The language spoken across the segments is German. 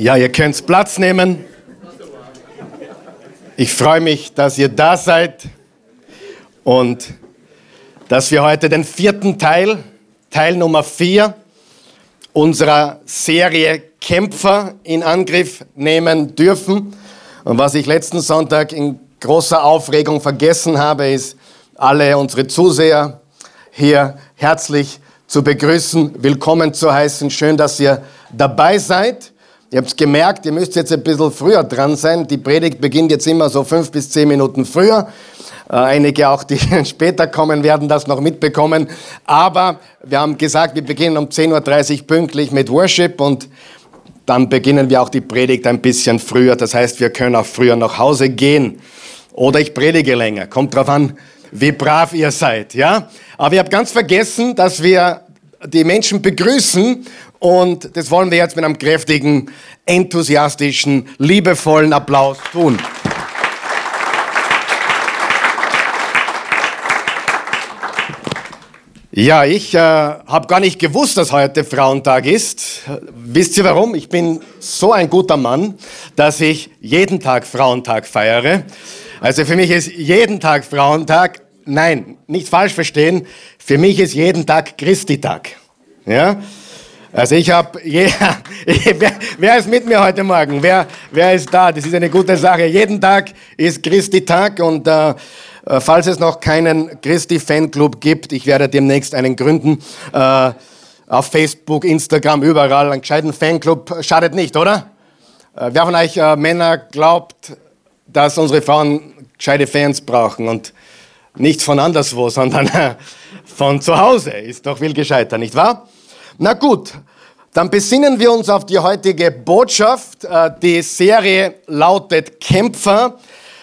Ja, ihr könnt Platz nehmen. Ich freue mich, dass ihr da seid und dass wir heute den 4. Teil Nummer 4 unserer Serie Kämpfer in Angriff nehmen dürfen. Und was ich letzten Sonntag in großer Aufregung vergessen habe, ist, alle unsere Zuseher hier herzlich zu begrüßen, willkommen zu heißen. Schön, dass ihr dabei seid. Ihr habt es gemerkt, ihr müsst jetzt ein bisschen früher dran sein. Die Predigt beginnt jetzt immer so 5 bis 10 Minuten früher. Einige auch, die später kommen, werden das noch mitbekommen. Aber wir haben gesagt, wir beginnen um 10.30 Uhr pünktlich mit Worship und dann beginnen wir auch die Predigt ein bisschen früher. Das heißt, wir können auch früher nach Hause gehen. Oder ich predige länger. Kommt drauf an, wie brav ihr seid. Ja? Aber ihr habt ganz vergessen, dass wir die Menschen begrüßen. Und das wollen wir jetzt mit einem kräftigen, enthusiastischen, liebevollen Applaus tun. Ja, ich habe gar nicht gewusst, dass heute Frauentag ist. Wisst ihr warum? Ich bin so ein guter Mann, dass ich jeden Tag Frauentag feiere. Also für mich ist jeden Tag Frauentag, nein, nicht falsch verstehen, für mich ist jeden Tag Christi-Tag. Ja? Also ich habe, wer ist mit mir heute Morgen? Wer ist da? Das ist eine gute Sache. Jeden Tag ist Christi-Tag und falls es noch keinen Christi-Fanclub gibt, ich werde demnächst einen gründen, auf Facebook, Instagram, überall, einen gescheiten Fanclub, schadet nicht, oder? Wer von euch Männer glaubt, dass unsere Frauen gescheite Fans brauchen und nicht von anderswo, sondern von zu Hause, ist doch viel gescheiter, nicht wahr? Na gut, dann besinnen wir uns auf die heutige Botschaft. Die Serie lautet Kämpfer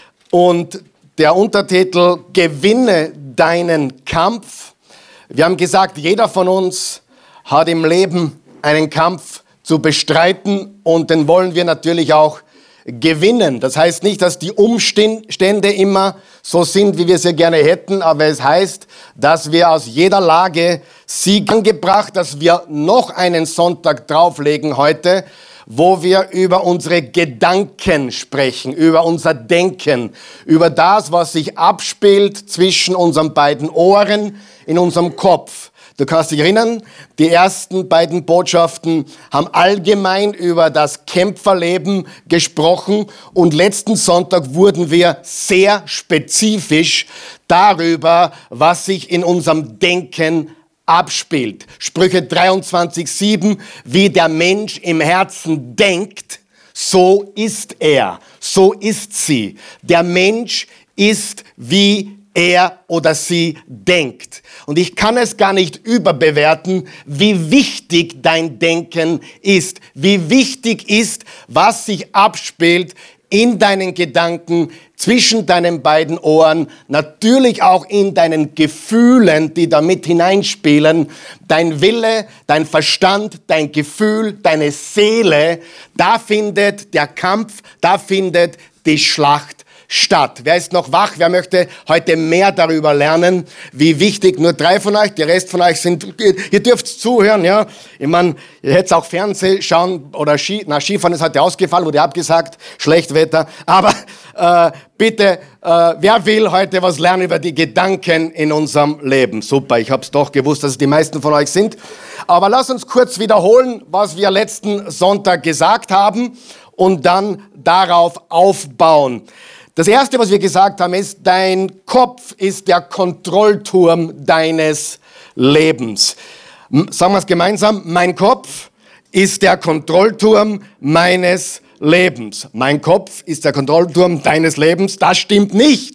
und der Untertitel Gewinne deinen Kampf. Wir haben gesagt, jeder von uns hat im Leben einen Kampf zu bestreiten und den wollen wir natürlich auch gewinnen. Das heißt nicht, dass die Umstände immer so sind, wie wir sie gerne hätten, aber es heißt, dass wir aus jeder Lage Sieg angebracht, dass wir noch einen Sonntag drauflegen heute, wo wir über unsere Gedanken sprechen, über unser Denken, über das, was sich abspielt zwischen unseren beiden Ohren in unserem Kopf. Du kannst dich erinnern, die ersten beiden Botschaften haben allgemein über das Kämpferleben gesprochen und letzten Sonntag wurden wir sehr spezifisch darüber, was sich in unserem Denken abspielt. Sprüche 23,7, wie der Mensch im Herzen denkt, so ist er, so ist sie. Der Mensch ist wie er oder sie denkt. Und ich kann es gar nicht überbewerten, wie wichtig dein Denken ist, wie wichtig ist, was sich abspielt in deinen Gedanken, zwischen deinen beiden Ohren, natürlich auch in deinen Gefühlen, die da mit hineinspielen. Dein Wille, dein Verstand, dein Gefühl, deine Seele, da findet der Kampf, da findet die Schlacht statt. Wer ist noch wach? Wer möchte heute mehr darüber lernen, wie wichtig? Nur 3 von euch, der Rest von euch sind, ihr dürft zuhören, ja. Ich meine, ihr hättet auch Fernsehen schauen oder Skifahren ist heute ausgefallen, wurde abgesagt, schlecht Wetter. Aber bitte, wer will heute was lernen über die Gedanken in unserem Leben? Super, ich habe es doch gewusst, dass es die meisten von euch sind. Aber lasst uns kurz wiederholen, was wir letzten Sonntag gesagt haben und dann darauf aufbauen. Das Erste, was wir gesagt haben, ist, dein Kopf ist der Kontrollturm deines Lebens. Sagen wir es gemeinsam, mein Kopf ist der Kontrollturm meines Lebens. Mein Kopf ist der Kontrollturm deines Lebens. Das stimmt nicht.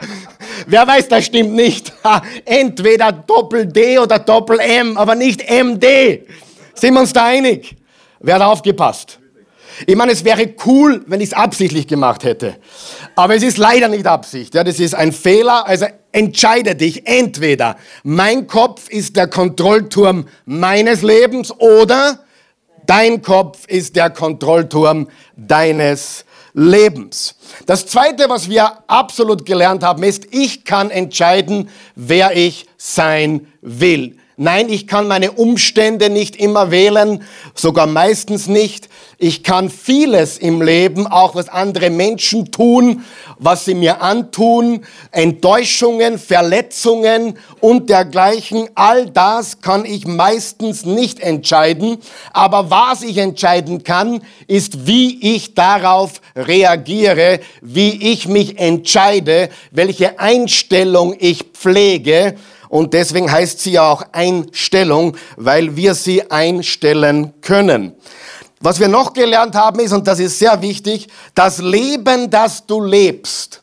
Wer weiß, das stimmt nicht. Entweder Doppel-D oder Doppel-M, aber nicht MD. Sind wir uns da einig? Wer hat aufgepasst? Ich meine, es wäre cool, wenn ich es absichtlich gemacht hätte. Aber es ist leider nicht Absicht. Ja, das ist ein Fehler. Also entscheide dich. Entweder mein Kopf ist der Kontrollturm meines Lebens oder dein Kopf ist der Kontrollturm deines Lebens. Das Zweite, was wir absolut gelernt haben, ist, ich kann entscheiden, wer ich sein will. Nein, ich kann meine Umstände nicht immer wählen, sogar meistens nicht. Ich kann vieles im Leben, auch was andere Menschen tun, was sie mir antun, Enttäuschungen, Verletzungen und dergleichen. All das kann ich meistens nicht entscheiden. Aber was ich entscheiden kann, ist, wie ich darauf reagiere, wie ich mich entscheide, welche Einstellung ich pflege. Und deswegen heißt sie ja auch Einstellung, weil wir sie einstellen können. Was wir noch gelernt haben ist, und das ist sehr wichtig, das Leben, das du lebst.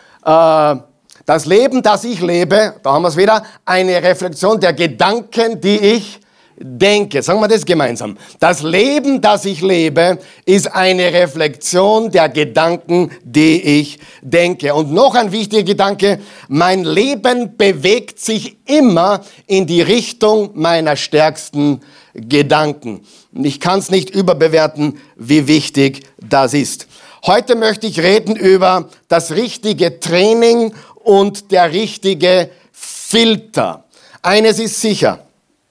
Das Leben, das ich lebe, da haben wir es wieder, eine Reflexion der Gedanken, die ich denke. Sagen wir das gemeinsam. Das Leben, das ich lebe, ist eine Reflexion der Gedanken, die ich denke. Und noch ein wichtiger Gedanke, mein Leben bewegt sich immer in die Richtung meiner stärksten Gedanken. Und ich kann es nicht überbewerten, wie wichtig das ist. Heute möchte ich reden über das richtige Training und der richtige Filter. Eines ist sicher.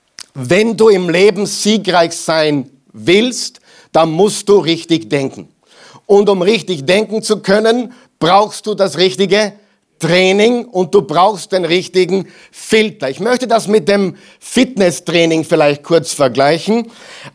Wenn du im Leben siegreich sein willst, dann musst du richtig denken. Und um richtig denken zu können, brauchst du das richtige Training und du brauchst den richtigen Filter. Ich möchte das mit dem Fitnesstraining vielleicht kurz vergleichen.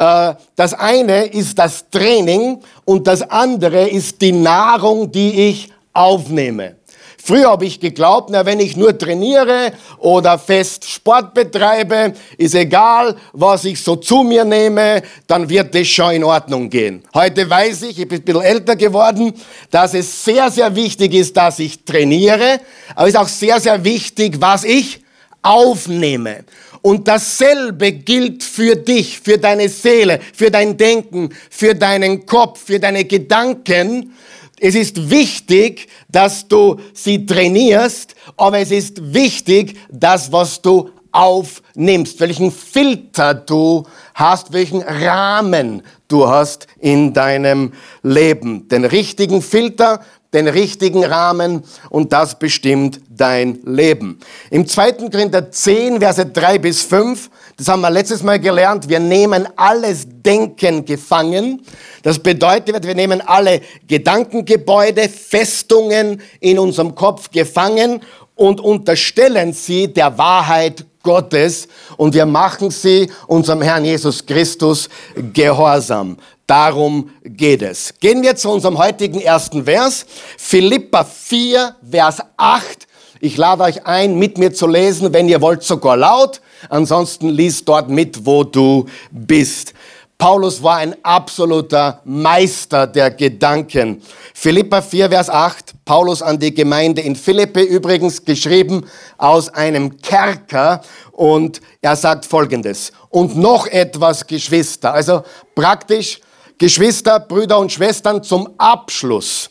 Das eine ist das Training und das andere ist die Nahrung, die ich aufnehme. Früher habe ich geglaubt, wenn ich nur trainiere oder fest Sport betreibe, ist egal, was ich so zu mir nehme, dann wird das schon in Ordnung gehen. Heute weiß ich bin ein bisschen älter geworden, dass es sehr, sehr wichtig ist, dass ich trainiere, aber es ist auch sehr, sehr wichtig, was ich aufnehme. Und dasselbe gilt für dich, für deine Seele, für dein Denken, für deinen Kopf, für deine Gedanken. Es ist wichtig, dass du sie trainierst, aber es ist wichtig, das, was du aufnimmst, welchen Filter du hast, welchen Rahmen du hast in deinem Leben. Den richtigen Filter, den richtigen Rahmen und das bestimmt dein Leben. Im 2. Korinther 10, Verse 3 bis 5, das haben wir letztes Mal gelernt, wir nehmen alles Denken gefangen. Das bedeutet, wir nehmen alle Gedankengebäude, Festungen in unserem Kopf gefangen und unterstellen sie der Wahrheit Gottes und wir machen sie unserem Herrn Jesus Christus gehorsam. Darum geht es. Gehen wir zu unserem heutigen ersten Vers, Philipper 4, Vers 8. Ich lade euch ein, mit mir zu lesen, wenn ihr wollt, sogar laut. Ansonsten lies dort mit, wo du bist. Paulus war ein absoluter Meister der Gedanken. Philipper 4, Vers 8, Paulus an die Gemeinde in Philippi, übrigens geschrieben aus einem Kerker. Und er sagt Folgendes. Und noch etwas, Geschwister. Also praktisch, Geschwister, Brüder und Schwestern, zum Abschluss.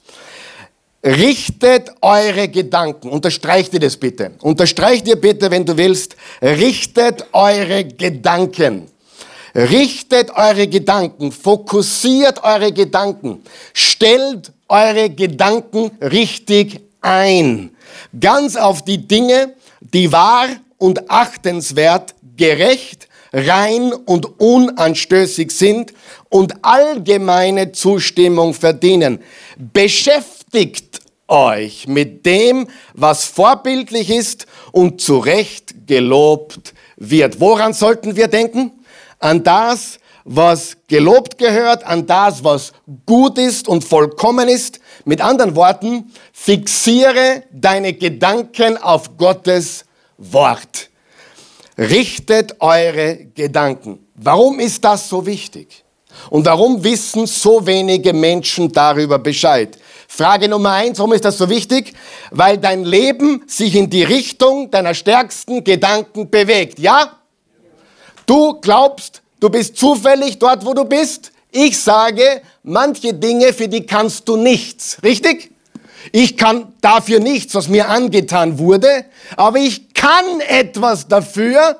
Richtet eure Gedanken, unterstreicht ihr das bitte. Unterstreicht ihr bitte, wenn du willst, richtet eure Gedanken. Richtet eure Gedanken, fokussiert eure Gedanken, stellt eure Gedanken richtig ein. Ganz auf die Dinge, die wahr und achtenswert, gerecht, rein und unanstößig sind und allgemeine Zustimmung verdienen. Beschäftigt euch mit dem, was vorbildlich ist und zu Recht gelobt wird. Woran sollten wir denken? An das, was gelobt gehört, an das, was gut ist und vollkommen ist. Mit anderen Worten, fixiere deine Gedanken auf Gottes Wort. Richtet eure Gedanken. Warum ist das so wichtig? Und warum wissen so wenige Menschen darüber Bescheid? Frage Nummer 1, warum ist das so wichtig? Weil dein Leben sich in die Richtung deiner stärksten Gedanken bewegt. Ja? Du glaubst, du bist zufällig dort, wo du bist. Ich sage, manche Dinge, für die kannst du nichts. Richtig? Ich kann dafür nichts, was mir angetan wurde, aber ich kann etwas dafür,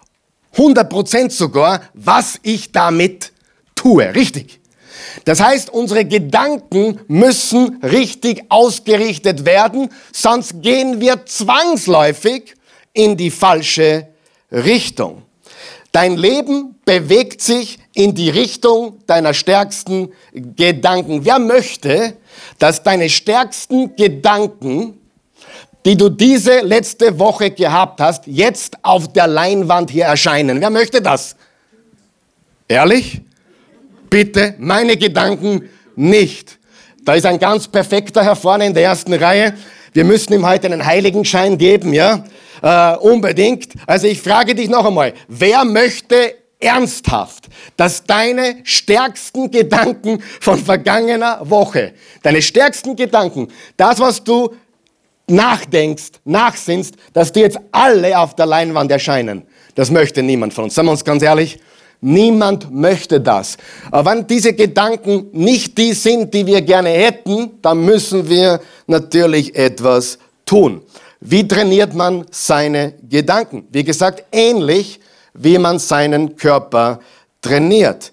100% sogar, was ich damit tue. Richtig? Das heißt, unsere Gedanken müssen richtig ausgerichtet werden, sonst gehen wir zwangsläufig in die falsche Richtung. Dein Leben bewegt sich in die Richtung deiner stärksten Gedanken. Wer möchte, dass deine stärksten Gedanken, die du diese letzte Woche gehabt hast, jetzt auf der Leinwand hier erscheinen? Wer möchte das? Ehrlich? Bitte, meine Gedanken nicht. Da ist ein ganz perfekter Herr vorne in der ersten Reihe. Wir müssen ihm heute einen Heiligenschein geben, ja? Unbedingt. Also ich frage dich noch einmal, wer möchte ernsthaft, dass deine stärksten Gedanken von vergangener Woche, deine stärksten Gedanken, das, was du nachdenkst, nachsinnst, dass die jetzt alle auf der Leinwand erscheinen? Das möchte niemand von uns. Sagen wir uns ganz ehrlich, niemand möchte das. Aber wenn diese Gedanken nicht die sind, die wir gerne hätten, dann müssen wir natürlich etwas tun. Wie trainiert man seine Gedanken? Wie gesagt, ähnlich wie man seinen Körper trainiert.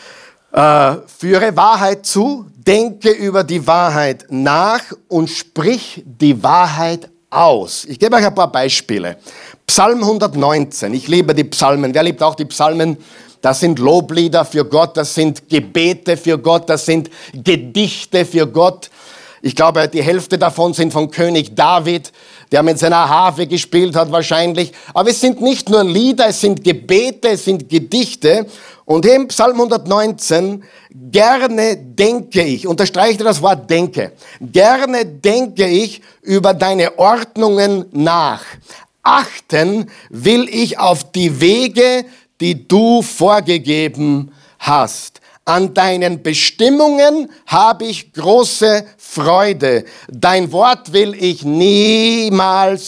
Führe Wahrheit zu, denke über die Wahrheit nach und sprich die Wahrheit aus. Ich gebe euch ein paar Beispiele. Psalm 119, ich liebe die Psalmen. Wer liebt auch die Psalmen? Das sind Loblieder für Gott, das sind Gebete für Gott, das sind Gedichte für Gott. Ich glaube, die Hälfte davon sind von König David, der mit seiner Harfe gespielt hat wahrscheinlich. Aber es sind nicht nur Lieder, es sind Gebete, es sind Gedichte. Und im Psalm 119, gerne denke ich, unterstreiche das Wort denke, gerne denke ich über deine Ordnungen nach. Achten will ich auf die Wege, die du vorgegeben hast. An deinen Bestimmungen habe ich große Freude. Dein Wort will ich niemals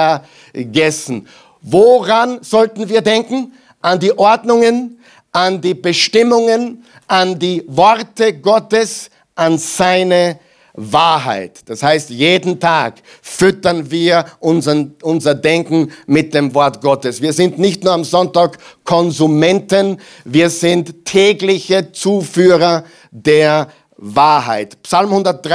vergessen. Woran sollten wir denken? An die Ordnungen, an die Bestimmungen, an die Worte Gottes, an seine Wahrheit. Das heißt, jeden Tag füttern wir unser Denken mit dem Wort Gottes. Wir sind nicht nur am Sonntag Konsumenten, wir sind tägliche Zuführer der Wahrheit. Psalm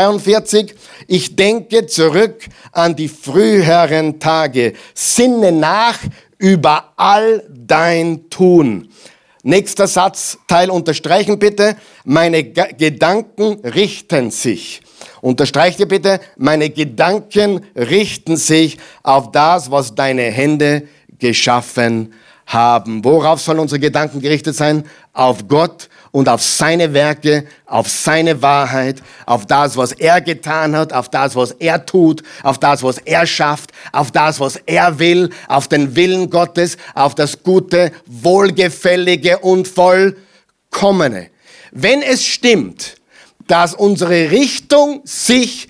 143, ich denke zurück an die früheren Tage, sinne nach über all dein Tun. Nächster Satzteil unterstreichen bitte, meine Gedanken richten sich. Unterstreicht ihr bitte, meine Gedanken richten sich auf das, was deine Hände geschaffen haben. Worauf sollen unsere Gedanken gerichtet sein? Auf Gott und auf seine Werke, auf seine Wahrheit, auf das, was er getan hat, auf das, was er tut, auf das, was er schafft, auf das, was er will, auf den Willen Gottes, auf das Gute, Wohlgefällige und Vollkommene. Wenn es stimmt, dass unsere Richtung sich,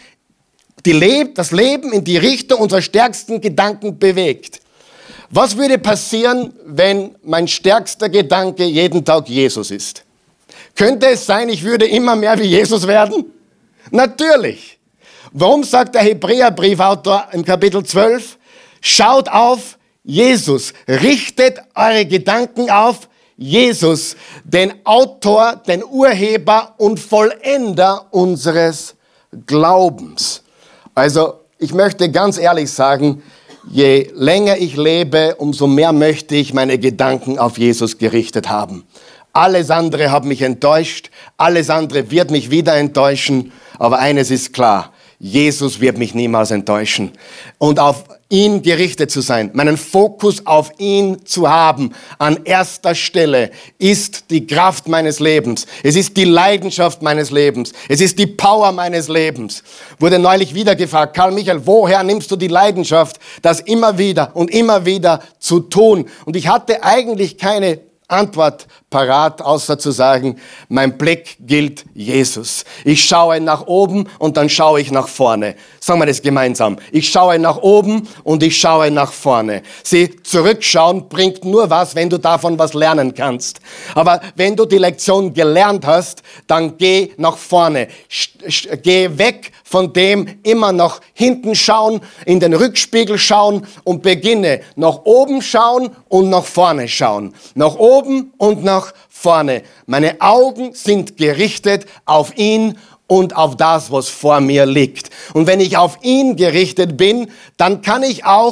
das Leben in die Richtung unserer stärksten Gedanken bewegt. Was würde passieren, wenn mein stärkster Gedanke jeden Tag Jesus ist? Könnte es sein, ich würde immer mehr wie Jesus werden? Natürlich. Warum sagt der Hebräerbriefautor im Kapitel 12, schaut auf Jesus, richtet eure Gedanken auf Jesus, den Autor, den Urheber und Vollender unseres Glaubens. Also ich möchte ganz ehrlich sagen, je länger ich lebe, umso mehr möchte ich meine Gedanken auf Jesus gerichtet haben. Alles andere hat mich enttäuscht, alles andere wird mich wieder enttäuschen, aber eines ist klar, Jesus wird mich niemals enttäuschen. Und auf ihn gerichtet zu sein, meinen Fokus auf ihn zu haben, an erster Stelle, ist die Kraft meines Lebens. Es ist die Leidenschaft meines Lebens. Es ist die Power meines Lebens. Wurde neulich wieder gefragt, Karl Michael, woher nimmst du die Leidenschaft, das immer wieder und immer wieder zu tun? Und ich hatte eigentlich keine Antwort parat, außer zu sagen, mein Blick gilt Jesus. Ich schaue nach oben und dann schaue ich nach vorne. Sagen wir das gemeinsam. Ich schaue nach oben und ich schaue nach vorne. Sie zurückschauen bringt nur was, wenn du davon was lernen kannst. Aber wenn du die Lektion gelernt hast, dann geh nach vorne. Geh weg von dem immer nach hinten schauen, in den Rückspiegel schauen und beginne nach oben schauen und nach vorne schauen. Nach oben und nach vorne. Meine Augen sind gerichtet auf ihn und auf das, was vor mir liegt. Und wenn ich auf ihn gerichtet bin, dann kann ich auch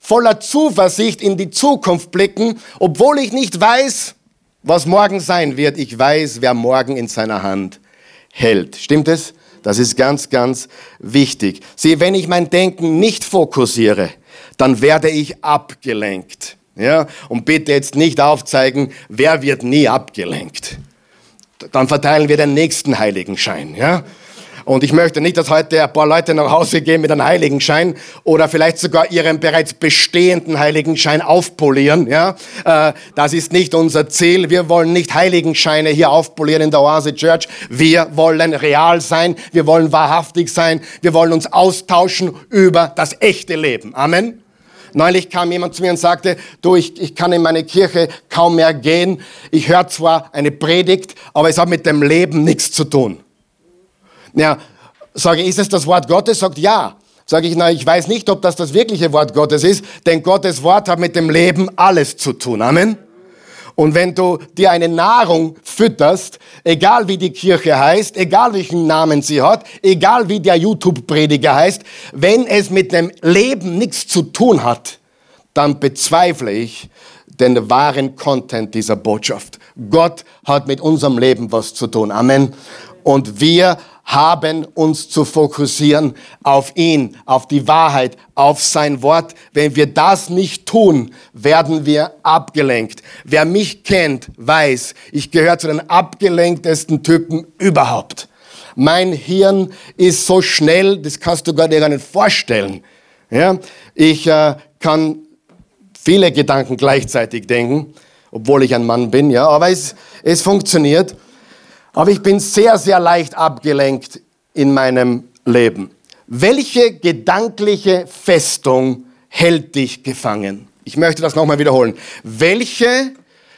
voller Zuversicht in die Zukunft blicken, obwohl ich nicht weiß, was morgen sein wird. Ich weiß, wer morgen in seiner Hand hält. Stimmt es? Das ist ganz, ganz wichtig. Sieh, wenn ich mein Denken nicht fokussiere, dann werde ich abgelenkt. Ja? Und bitte jetzt nicht aufzeigen, wer wird nie abgelenkt. Dann verteilen wir den nächsten Heiligenschein. Ja? Und ich möchte nicht, dass heute ein paar Leute nach Hause gehen mit einem Heiligenschein oder vielleicht sogar ihren bereits bestehenden Heiligenschein aufpolieren. Ja? Das ist nicht unser Ziel. Wir wollen nicht Heiligenscheine hier aufpolieren in der Oase Church. Wir wollen real sein. Wir wollen wahrhaftig sein. Wir wollen uns austauschen über das echte Leben. Amen. Neulich kam jemand zu mir und sagte, du, ich kann in meine Kirche kaum mehr gehen. Ich höre zwar eine Predigt, aber es hat mit dem Leben nichts zu tun. Ja, sage ich, ist es das Wort Gottes? Sagt ja. Sage ich, na, ich weiß nicht, ob das wirkliche Wort Gottes ist, denn Gottes Wort hat mit dem Leben alles zu tun. Amen. Und wenn du dir eine Nahrung fütterst, egal wie die Kirche heißt, egal welchen Namen sie hat, egal wie der YouTube-Prediger heißt, wenn es mit dem Leben nichts zu tun hat, dann bezweifle ich den wahren Content dieser Botschaft. Gott hat mit unserem Leben was zu tun. Amen. Und wir haben uns zu fokussieren auf ihn, auf die Wahrheit, auf sein Wort. Wenn wir das nicht tun, werden wir abgelenkt. Wer mich kennt, weiß, ich gehöre zu den abgelenktesten Typen überhaupt. Mein Hirn ist so schnell, das kannst du gar nicht vorstellen. Ja? Ich kann viele Gedanken gleichzeitig denken, obwohl ich ein Mann bin, ja, aber es funktioniert. Aber ich bin sehr, sehr leicht abgelenkt in meinem Leben. Welche gedankliche Festung hält dich gefangen? Ich möchte das nochmal wiederholen. Welche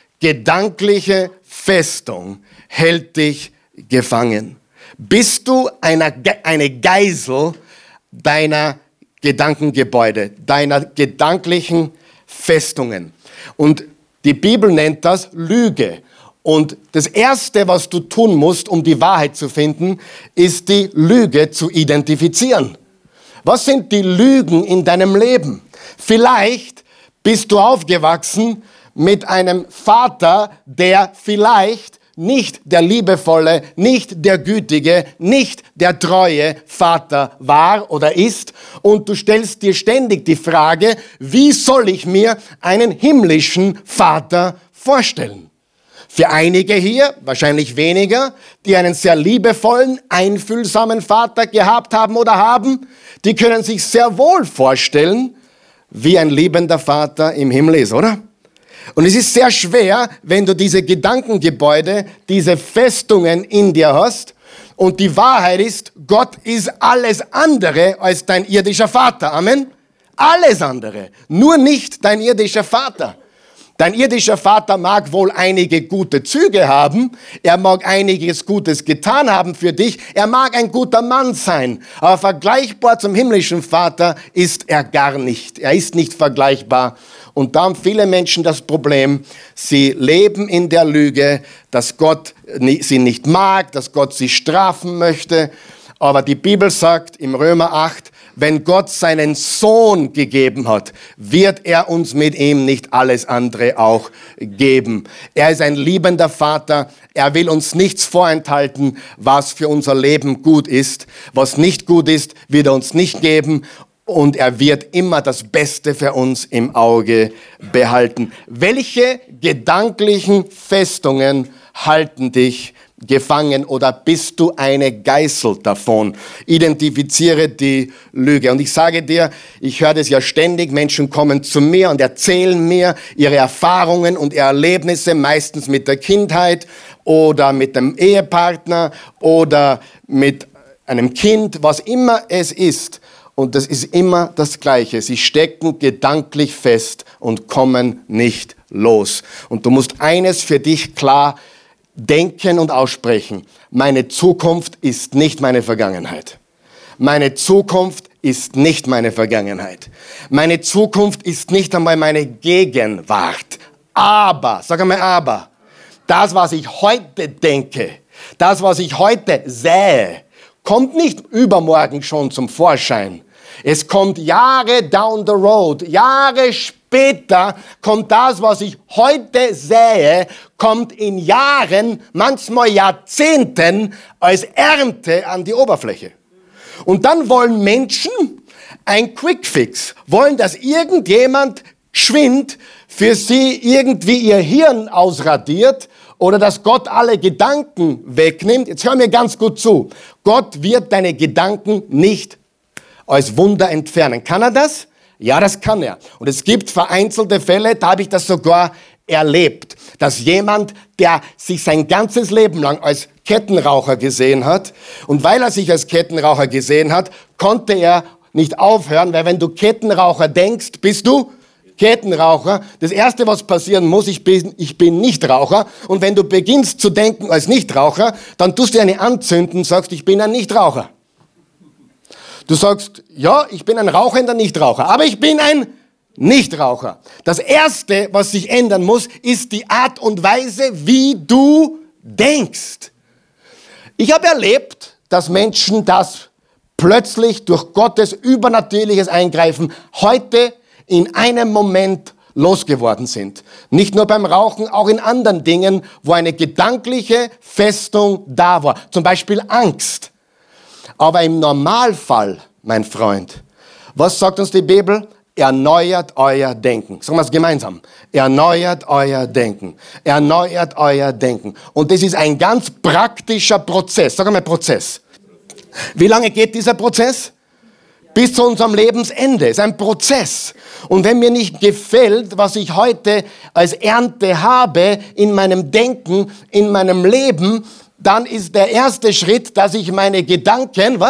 gedankliche Festung hält dich gefangen? Bist du eine Geisel deiner Gedankengebäude, deiner gedanklichen Festungen? Und die Bibel nennt das Lüge. Und das Erste, was du tun musst, um die Wahrheit zu finden, ist die Lüge zu identifizieren. Was sind die Lügen in deinem Leben? Vielleicht bist du aufgewachsen mit einem Vater, der vielleicht nicht der liebevolle, nicht der gütige, nicht der treue Vater war oder ist. Und du stellst dir ständig die Frage, wie soll ich mir einen himmlischen Vater vorstellen? Für einige hier, wahrscheinlich weniger, die einen sehr liebevollen, einfühlsamen Vater gehabt haben oder haben, die können sich sehr wohl vorstellen, wie ein liebender Vater im Himmel ist, oder? Und es ist sehr schwer, wenn du diese Gedankengebäude, diese Festungen in dir hast. Und die Wahrheit ist, Gott ist alles andere als dein irdischer Vater. Amen? Alles andere. Nur nicht dein irdischer Vater. Dein irdischer Vater mag wohl einige gute Züge haben, er mag einiges Gutes getan haben für dich, er mag ein guter Mann sein, aber vergleichbar zum himmlischen Vater ist er gar nicht. Er ist nicht vergleichbar. Und da haben viele Menschen das Problem, sie leben in der Lüge, dass Gott sie nicht mag, dass Gott sie strafen möchte. Aber die Bibel sagt im Römer 8, wenn Gott seinen Sohn gegeben hat, wird er uns mit ihm nicht alles andere auch geben. Er ist ein liebender Vater. Er will uns nichts vorenthalten, was für unser Leben gut ist. Was nicht gut ist, wird er uns nicht geben. Und er wird immer das Beste für uns im Auge behalten. Welche gedanklichen Festungen halten dich gefangen oder bist du eine Geißel davon? Identifiziere die Lüge. Und ich sage dir, ich höre das ja ständig, Menschen kommen zu mir und erzählen mir ihre Erfahrungen und ihre Erlebnisse, meistens mit der Kindheit oder mit dem Ehepartner oder mit einem Kind, was immer es ist. Und das ist immer das Gleiche. Sie stecken gedanklich fest und kommen nicht los. Und du musst eines für dich klar denken und aussprechen. Meine Zukunft ist nicht meine Vergangenheit. Meine Zukunft ist nicht meine Vergangenheit. Meine Zukunft ist nicht einmal meine Gegenwart. Aber, sag einmal aber, das, was ich heute denke, das, was ich heute sähe, kommt nicht übermorgen schon zum Vorschein. Es kommt Jahre down the road, Jahre später kommt das, was ich heute sähe, kommt in Jahren, manchmal Jahrzehnten als Ernte an die Oberfläche. Und dann wollen Menschen ein Quickfix, wollen, dass irgendjemand geschwind für sie irgendwie ihr Hirn ausradiert oder dass Gott alle Gedanken wegnimmt. Jetzt hör mir ganz gut zu. Gott wird deine Gedanken nicht als Wunder entfernen. Kann er das? Ja, das kann er. Und es gibt vereinzelte Fälle, da habe ich das sogar erlebt, dass jemand, der sich sein ganzes Leben lang als Kettenraucher gesehen hat und weil er sich als Kettenraucher gesehen hat, konnte er nicht aufhören, weil wenn du Kettenraucher denkst, bist du Kettenraucher. Das Erste, was passieren muss, ich bin Nichtraucher. Und wenn du beginnst zu denken als Nichtraucher, dann tust du eine anzünden und sagst, ich bin ein Nichtraucher. Du sagst, ja, ich bin ein rauchender Nichtraucher, aber ich bin ein Nichtraucher. Das Erste, was sich ändern muss, ist die Art und Weise, wie du denkst. Ich habe erlebt, dass Menschen das plötzlich durch Gottes übernatürliches Eingreifen heute in einem Moment losgeworden sind. Nicht nur beim Rauchen, auch in anderen Dingen, wo eine gedankliche Festung da war. Zum Beispiel Angst. Aber im Normalfall, mein Freund, was sagt uns die Bibel? Erneuert euer Denken. Sagen wir es gemeinsam. Erneuert euer Denken. Erneuert euer Denken. Und das ist ein ganz praktischer Prozess. Sag mal Prozess. Wie lange geht dieser Prozess? Bis zu unserem Lebensende. Es ist ein Prozess. Und wenn mir nicht gefällt, was ich heute als Ernte habe in meinem Denken, in meinem Leben, dann ist der erste Schritt, dass ich meine Gedanken,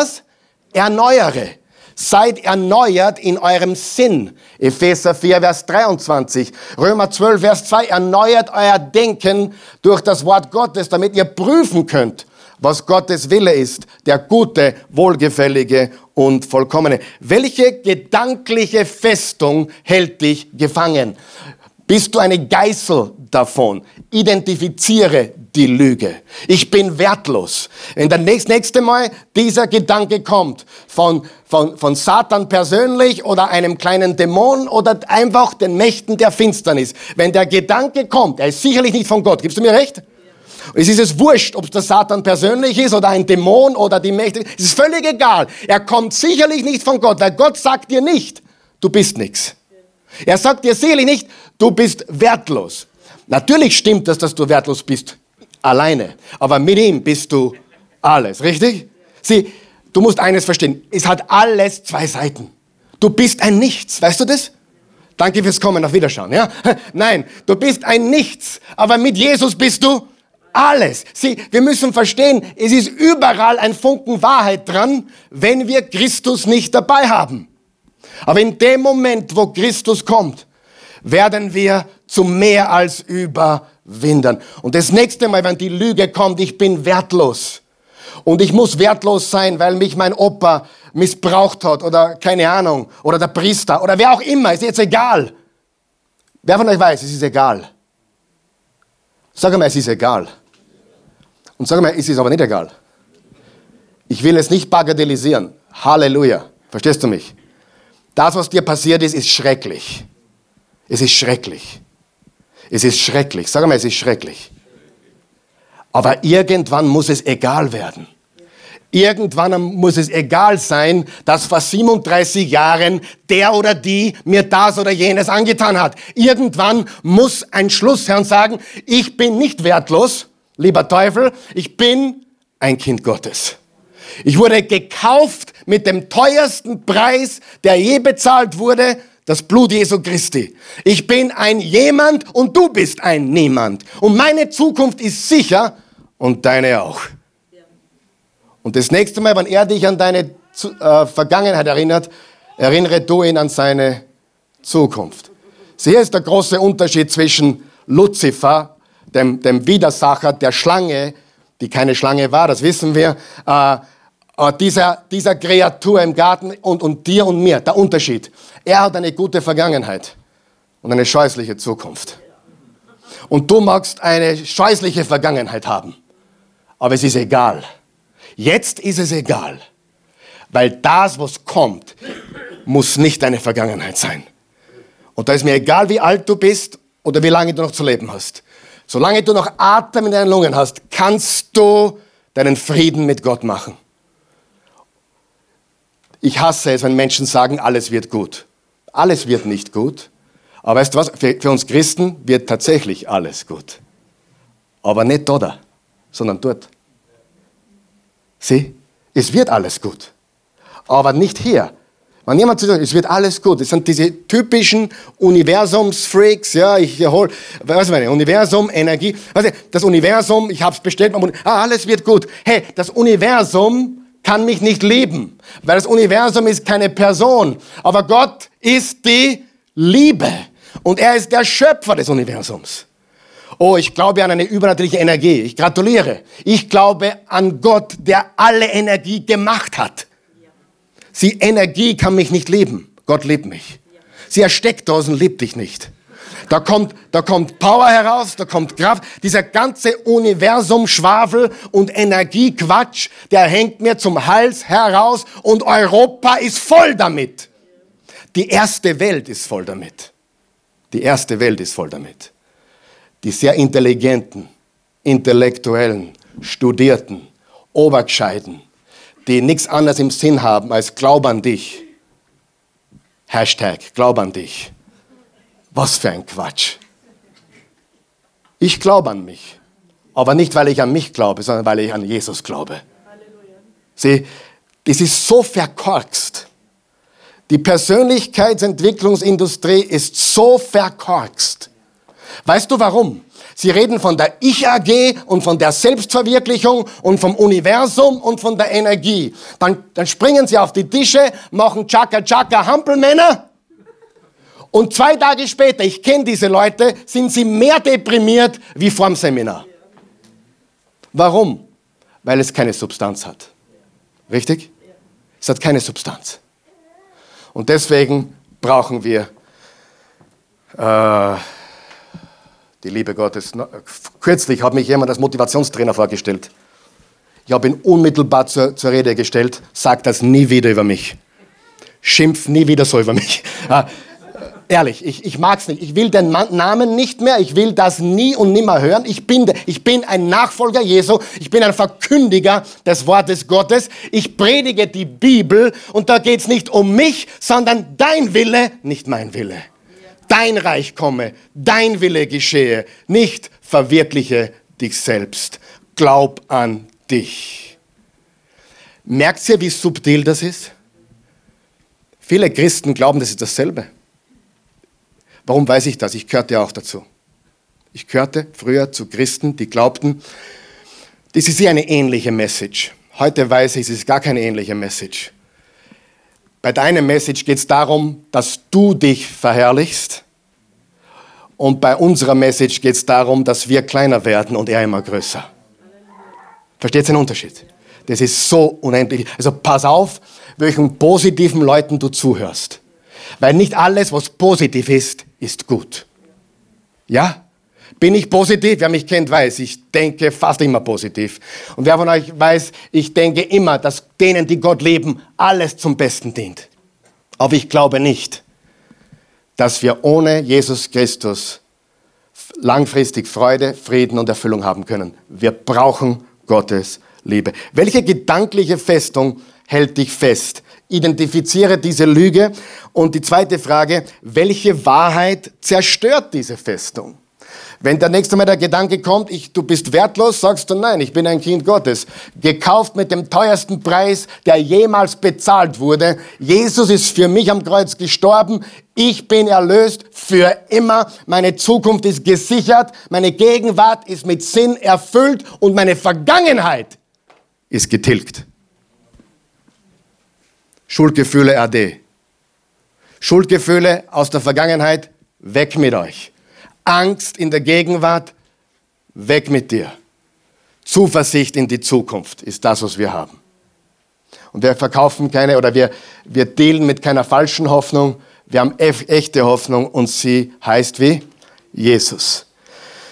erneuere. Seid erneuert in eurem Sinn. Epheser 4, Vers 23. Römer 12, Vers 2. Erneuert euer Denken durch das Wort Gottes, damit ihr prüfen könnt, was Gottes Wille ist, der gute, wohlgefällige und vollkommene. Welche gedankliche Festung hält dich gefangen? Bist du eine Geißel davon? Identifiziere die Lüge. Ich bin wertlos. Wenn das nächste Mal dieser Gedanke kommt, von Satan persönlich oder einem kleinen Dämon oder einfach den Mächten der Finsternis. Wenn der Gedanke kommt, er ist sicherlich nicht von Gott. Gibst du mir recht? Es ist es wurscht, ob es der Satan persönlich ist oder ein Dämon oder die Mächte. Es ist völlig egal. Er kommt sicherlich nicht von Gott, weil Gott sagt dir nicht, du bist nichts. Er sagt dir sicherlich nicht, du bist wertlos. Natürlich stimmt das, dass du wertlos bist, alleine. Aber mit ihm bist du alles, richtig? Sieh, du musst eines verstehen. Es hat alles zwei Seiten. Du bist ein Nichts, weißt du das? Danke fürs Kommen, auf Wiederschauen, ja? Nein, du bist ein Nichts, aber mit Jesus bist du alles. Sieh, wir müssen verstehen, es ist überall ein Funken Wahrheit dran, wenn wir Christus nicht dabei haben. Aber in dem Moment, wo Christus kommt, werden wir zu mehr als Überwindern. Und das nächste Mal, wenn die Lüge kommt, ich bin wertlos. Und ich muss wertlos sein, weil mich mein Opa missbraucht hat oder keine Ahnung, oder der Priester oder wer auch immer, ist jetzt egal. Wer von euch weiß, es ist egal? Sag mal, es ist egal. Und sag mal, es ist aber nicht egal. Ich will es nicht bagatellisieren. Halleluja. Verstehst du mich? Das, was dir passiert ist, ist schrecklich. Es ist schrecklich. Es ist schrecklich. Sag mal, es ist schrecklich. Aber irgendwann muss es egal werden. Irgendwann muss es egal sein, dass vor 37 Jahren der oder die mir das oder jenes angetan hat. Irgendwann muss ein Schlussherr sagen, ich bin nicht wertlos, lieber Teufel, ich bin ein Kind Gottes. Ich wurde gekauft mit dem teuersten Preis, der je bezahlt wurde, das Blut Jesu Christi. Ich bin ein Jemand und du bist ein Niemand. Und meine Zukunft ist sicher und deine auch. Und das nächste Mal, wenn er dich an deine Vergangenheit erinnert, erinnere du ihn an seine Zukunft. Hier ist der große Unterschied zwischen Luzifer, dem Widersacher der Schlange, die keine Schlange war, das wissen wir, dieser Kreatur im Garten und dir und mir. Der Unterschied. Er hat eine gute Vergangenheit und eine scheußliche Zukunft. Und du magst eine scheußliche Vergangenheit haben. Aber es ist egal. Jetzt ist es egal. Weil das, was kommt, muss nicht deine Vergangenheit sein. Und da ist mir egal, wie alt du bist oder wie lange du noch zu leben hast. Solange du noch Atem in deinen Lungen hast, kannst du deinen Frieden mit Gott machen. Ich hasse es, wenn Menschen sagen, alles wird gut. Alles wird nicht gut. Aber weißt du was? Für uns Christen wird tatsächlich alles gut. Aber nicht da, sondern dort. Sieh, es wird alles gut. Aber nicht hier. Wenn jemand sagt, es wird alles gut, das sind diese typischen Universumsfreaks, ja, Universum, Energie, das Universum, ich habe es bestellt, alles wird gut. Hey, das Universum kann mich nicht lieben, weil das Universum ist keine Person, aber Gott ist die Liebe und er ist der Schöpfer des Universums. Oh, ich glaube an eine übernatürliche Energie, ich gratuliere. Ich glaube an Gott, der alle Energie gemacht hat. Sie, Energie kann mich nicht lieben. Gott liebt mich. Sie, Steckdosen liebt dich nicht. Da kommt Power heraus, da kommt Kraft. Dieser ganze Universum-Schwafel und Energiequatsch, der hängt mir zum Hals heraus und Europa ist voll damit. Die erste Welt ist voll damit. Die erste Welt ist voll damit. Die sehr intelligenten, intellektuellen, studierten, obergescheiten, die nichts anderes im Sinn haben als Glaub an dich. Hashtag Glaub an dich. Was für ein Quatsch. Ich glaube an mich. Aber nicht, weil ich an mich glaube, sondern weil ich an Jesus glaube. Halleluja. Sieh, das ist so verkorkst. Die Persönlichkeitsentwicklungsindustrie ist so verkorkst. Weißt du warum? Sie reden von der Ich-AG und von der Selbstverwirklichung und vom Universum und von der Energie. Dann springen sie auf die Tische, machen Chaka-Chaka Hampelmänner und 2 Tage später, ich kenne diese Leute, sind sie mehr deprimiert wie vor dem Seminar. Warum? Weil es keine Substanz hat. Richtig? Es hat keine Substanz. Und deswegen brauchen wir die Liebe Gottes. Kürzlich hat mich jemand als Motivationstrainer vorgestellt. Ich habe ihn unmittelbar zur Rede gestellt. Sag das nie wieder über mich. Schimpf nie wieder so über mich. Ehrlich, ich mag es nicht. Ich will den Namen nicht mehr. Ich will das nie und nimmer hören. Ich bin ein Nachfolger Jesu. Ich bin ein Verkündiger des Wortes Gottes. Ich predige die Bibel und da geht es nicht um mich, sondern dein Wille, nicht mein Wille. Dein Reich komme, dein Wille geschehe, nicht verwirkliche dich selbst. Glaub an dich. Merkt ihr, wie subtil das ist? Viele Christen glauben, das ist dasselbe. Warum weiß ich das? Ich gehörte auch dazu. Ich gehörte früher zu Christen, die glaubten, das ist eine ähnliche Message. Heute weiß ich, es ist gar keine ähnliche Message. Bei deiner Message geht es darum, dass du dich verherrlichst. Und bei unserer Message geht es darum, dass wir kleiner werden und er immer größer. Versteht ihr den Unterschied? Das ist so unendlich. Also pass auf, welchen positiven Leuten du zuhörst. Weil nicht alles, was positiv ist, ist gut. Ja? Bin ich positiv? Wer mich kennt, weiß, ich denke fast immer positiv. Und wer von euch weiß, ich denke immer, dass denen, die Gott lieben, alles zum Besten dient. Aber ich glaube nicht, dass wir ohne Jesus Christus langfristig Freude, Frieden und Erfüllung haben können. Wir brauchen Gottes Liebe. Welche gedankliche Festung hält dich fest? Identifiziere diese Lüge. Und die zweite Frage, welche Wahrheit zerstört diese Festung? Wenn der nächste Mal der Gedanke kommt, du bist wertlos, sagst du, nein, ich bin ein Kind Gottes. Gekauft mit dem teuersten Preis, der jemals bezahlt wurde. Jesus ist für mich am Kreuz gestorben. Ich bin erlöst für immer. Meine Zukunft ist gesichert. Meine Gegenwart ist mit Sinn erfüllt und meine Vergangenheit ist getilgt. Schuldgefühle AD. Schuldgefühle aus der Vergangenheit, weg mit euch. Angst in der Gegenwart, weg mit dir. Zuversicht in die Zukunft ist das, was wir haben. Und wir verkaufen wir dealen mit keiner falschen Hoffnung. Wir haben echte Hoffnung und sie heißt wie? Jesus.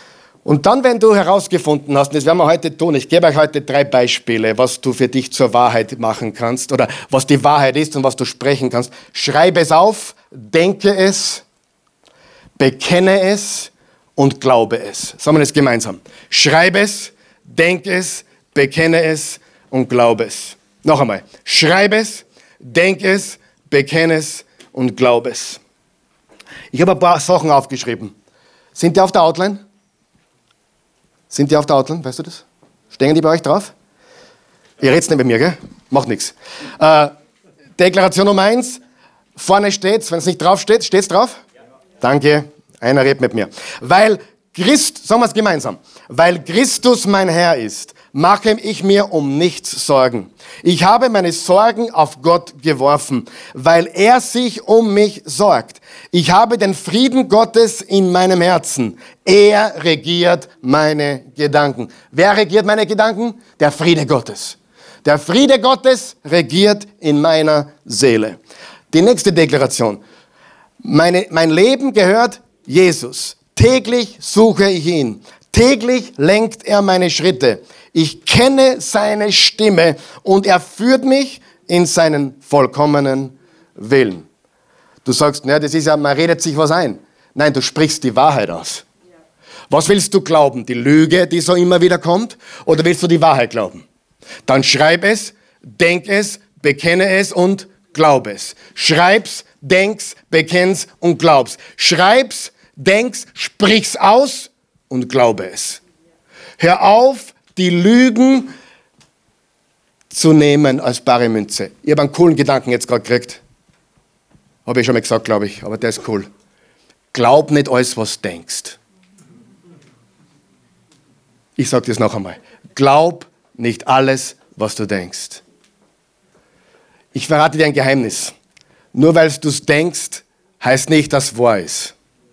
Und dann, wenn du herausgefunden hast, und das werden wir heute tun, ich gebe euch heute 3 Beispiele, was du für dich zur Wahrheit machen kannst oder was die Wahrheit ist und was du sprechen kannst. Schreibe es auf, denke es, bekenne es und glaube es. Sagen wir das gemeinsam. Schreibe es, denke es, bekenne es und glaube es. Noch einmal. Schreibe es, denke es, bekenne es und glaube es. Ich habe ein paar Sachen aufgeschrieben. Sind die auf der Outline? Sind die auf der Outline? Weißt du das? Stehen die bei euch drauf? Ihr redet nicht mit mir, gell? Macht nichts. Deklaration Nummer 1. Vorne steht's. Wenn es nicht drauf steht, steht's drauf? Ja. Danke. Einer redet mit mir. Weil sagen wir es gemeinsam. Weil Christus mein Herr ist, mache ich mir um nichts Sorgen. Ich habe meine Sorgen auf Gott geworfen, weil er sich um mich sorgt. Ich habe den Frieden Gottes in meinem Herzen. Er regiert meine Gedanken. Wer regiert meine Gedanken? Der Friede Gottes. Der Friede Gottes regiert in meiner Seele. Die nächste Deklaration. Mein Leben gehört Jesus. Täglich suche ich ihn. Täglich lenkt er meine Schritte. Ich kenne seine Stimme und er führt mich in seinen vollkommenen Willen. Du sagst, das ist ja, man redet sich was ein. Nein, du sprichst die Wahrheit aus. Ja. Was willst du glauben? Die Lüge, die so immer wieder kommt? Oder willst du die Wahrheit glauben? Dann schreib es, denk es, bekenne es und glaub es. Schreib's, denk's, bekenn's und glaub's. Schreib's, denk's, sprich's aus und glaube es. Hör auf, die Lügen zu nehmen als bare Münze. Ich habe einen coolen Gedanken jetzt gerade gekriegt. Habe ich schon mal gesagt, glaube ich, aber der ist cool. Glaub nicht alles, was du denkst. Ich sage das noch einmal. Glaub nicht alles, was du denkst. Ich verrate dir ein Geheimnis. Nur weil du es denkst, heißt nicht, dass es wahr ist.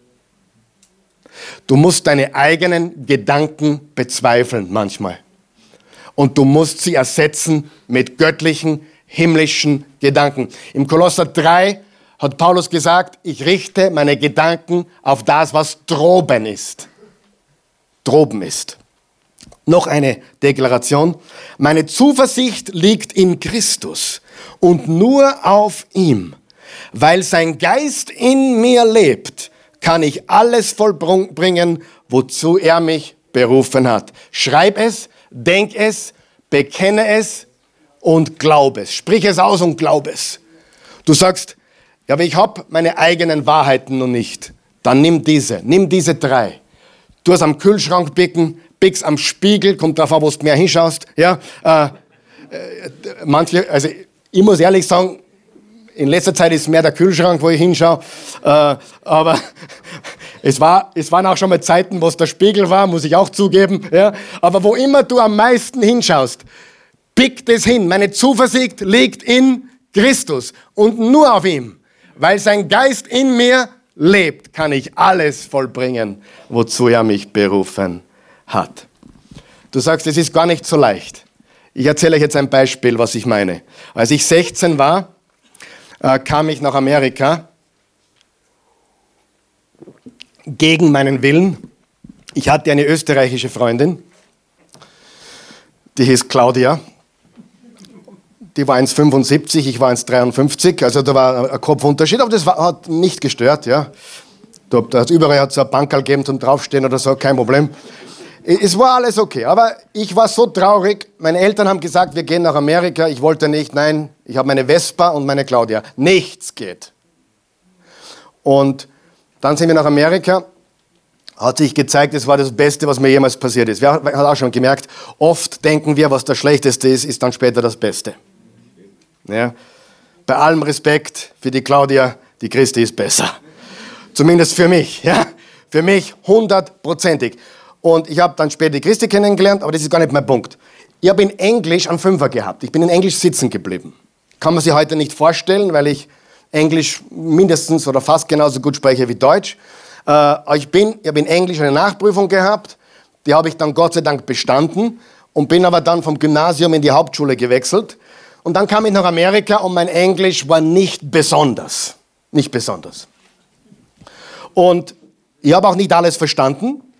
Du musst deine eigenen Gedanken bezweifeln manchmal. Und du musst sie ersetzen mit göttlichen, himmlischen Gedanken. Im Kolosser 3 hat Paulus gesagt, ich richte meine Gedanken auf das, was droben ist. Droben ist. Noch eine Deklaration. Meine Zuversicht liegt in Christus und nur auf ihm. Weil sein Geist in mir lebt, kann ich alles vollbringen, wozu er mich berufen hat. Schreib es, denk es, bekenne es und glaub es. Sprich es aus und glaub es. Du sagst, ja, aber ich habe meine eigenen Wahrheiten noch nicht. Dann nimm diese 3. Du hast am Kühlschrank pickst am Spiegel, kommt drauf an, wo du mehr hinschaust. Ja, manche, also ich muss ehrlich sagen, in letzter Zeit ist es mehr der Kühlschrank, wo ich hinschaue. Aber es waren auch schon mal Zeiten, wo es der Spiegel war, muss ich auch zugeben. Ja. Aber wo immer du am meisten hinschaust, pick das hin. Meine Zuversicht liegt in Christus und nur auf ihm. Weil sein Geist in mir lebt, kann ich alles vollbringen, wozu er mich berufen hat. Du sagst, es ist gar nicht so leicht. Ich erzähle euch jetzt ein Beispiel, was ich meine. Als ich 16 war, kam ich nach Amerika gegen meinen Willen. Ich hatte eine österreichische Freundin, die hieß Claudia. Die war 1,75, ich war 1,53, also da war ein Kopfunterschied, aber das hat nicht gestört. Ja. Überall hat es ein Bankerl gegeben zum Draufstehen oder so, kein Problem. Es war alles okay, aber ich war so traurig. Meine Eltern haben gesagt, wir gehen nach Amerika. Ich wollte nicht, nein, ich habe meine Vespa und meine Claudia. Nichts geht. Und dann sind wir nach Amerika. Hat sich gezeigt, es war das Beste, was mir jemals passiert ist. Wer hat auch schon gemerkt, oft denken wir, was das Schlechteste ist, ist dann später das Beste. Ja? Bei allem Respekt für die Claudia, die Christi ist besser. Zumindest für mich. Ja? Für mich 100%ig. Und ich habe dann später die Christi kennengelernt, aber das ist gar nicht mein Punkt. Ich habe in Englisch einen Fünfer gehabt. Ich bin in Englisch sitzen geblieben. Kann man sich heute nicht vorstellen, weil ich Englisch mindestens oder fast genauso gut spreche wie Deutsch. Ich habe in Englisch eine Nachprüfung gehabt. Die habe ich dann Gott sei Dank bestanden und bin aber dann vom Gymnasium in die Hauptschule gewechselt. Und dann kam ich nach Amerika und mein Englisch war nicht besonders. Nicht besonders. Und ich habe auch nicht alles verstanden.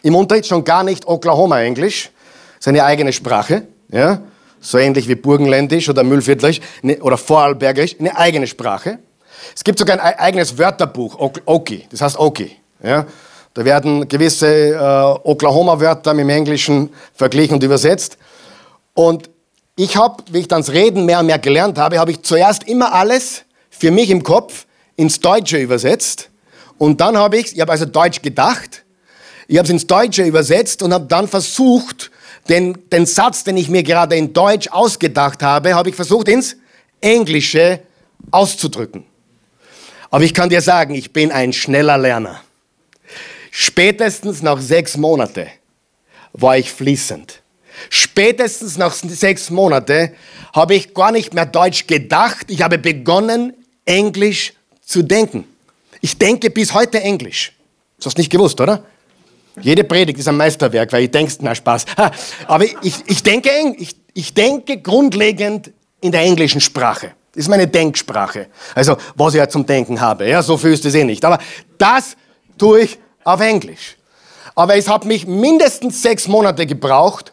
im Unterricht schon gar nicht Oklahoma-Englisch, seine eigene Sprache, ja, so ähnlich wie Burgenländisch oder Mühlviertlerisch oder Vorarlbergerisch, eine eigene Sprache. Es gibt sogar ein eigenes Wörterbuch, Okie, das heißt Okie. Ja. Da werden gewisse Oklahoma-Wörter mit dem Englischen verglichen und übersetzt. Und ich habe, wie ich dann das Reden mehr und mehr gelernt habe, habe ich zuerst immer alles für mich im Kopf ins Deutsche übersetzt. Und dann ich habe also Deutsch gedacht, ich habe es ins Deutsche übersetzt und habe dann versucht, den Satz, den ich mir gerade in Deutsch ausgedacht habe, habe ich versucht ins Englische auszudrücken. Aber ich kann dir sagen, ich bin ein schneller Lerner. Spätestens nach 6 Monaten war ich fließend. Spätestens nach 6 Monaten habe ich gar nicht mehr Deutsch gedacht. Ich habe begonnen, Englisch zu denken. Ich denke bis heute Englisch. Das hast du nicht gewusst, oder? Jede Predigt ist ein Meisterwerk, weil ich denke, na Spaß. Aber ich denke grundlegend in der englischen Sprache. Das ist meine Denksprache. Also, was ich ja zum Denken habe. Ja, so viel ist es eh nicht. Aber das tue ich auf Englisch. Aber es hat mich mindestens 6 Monate gebraucht,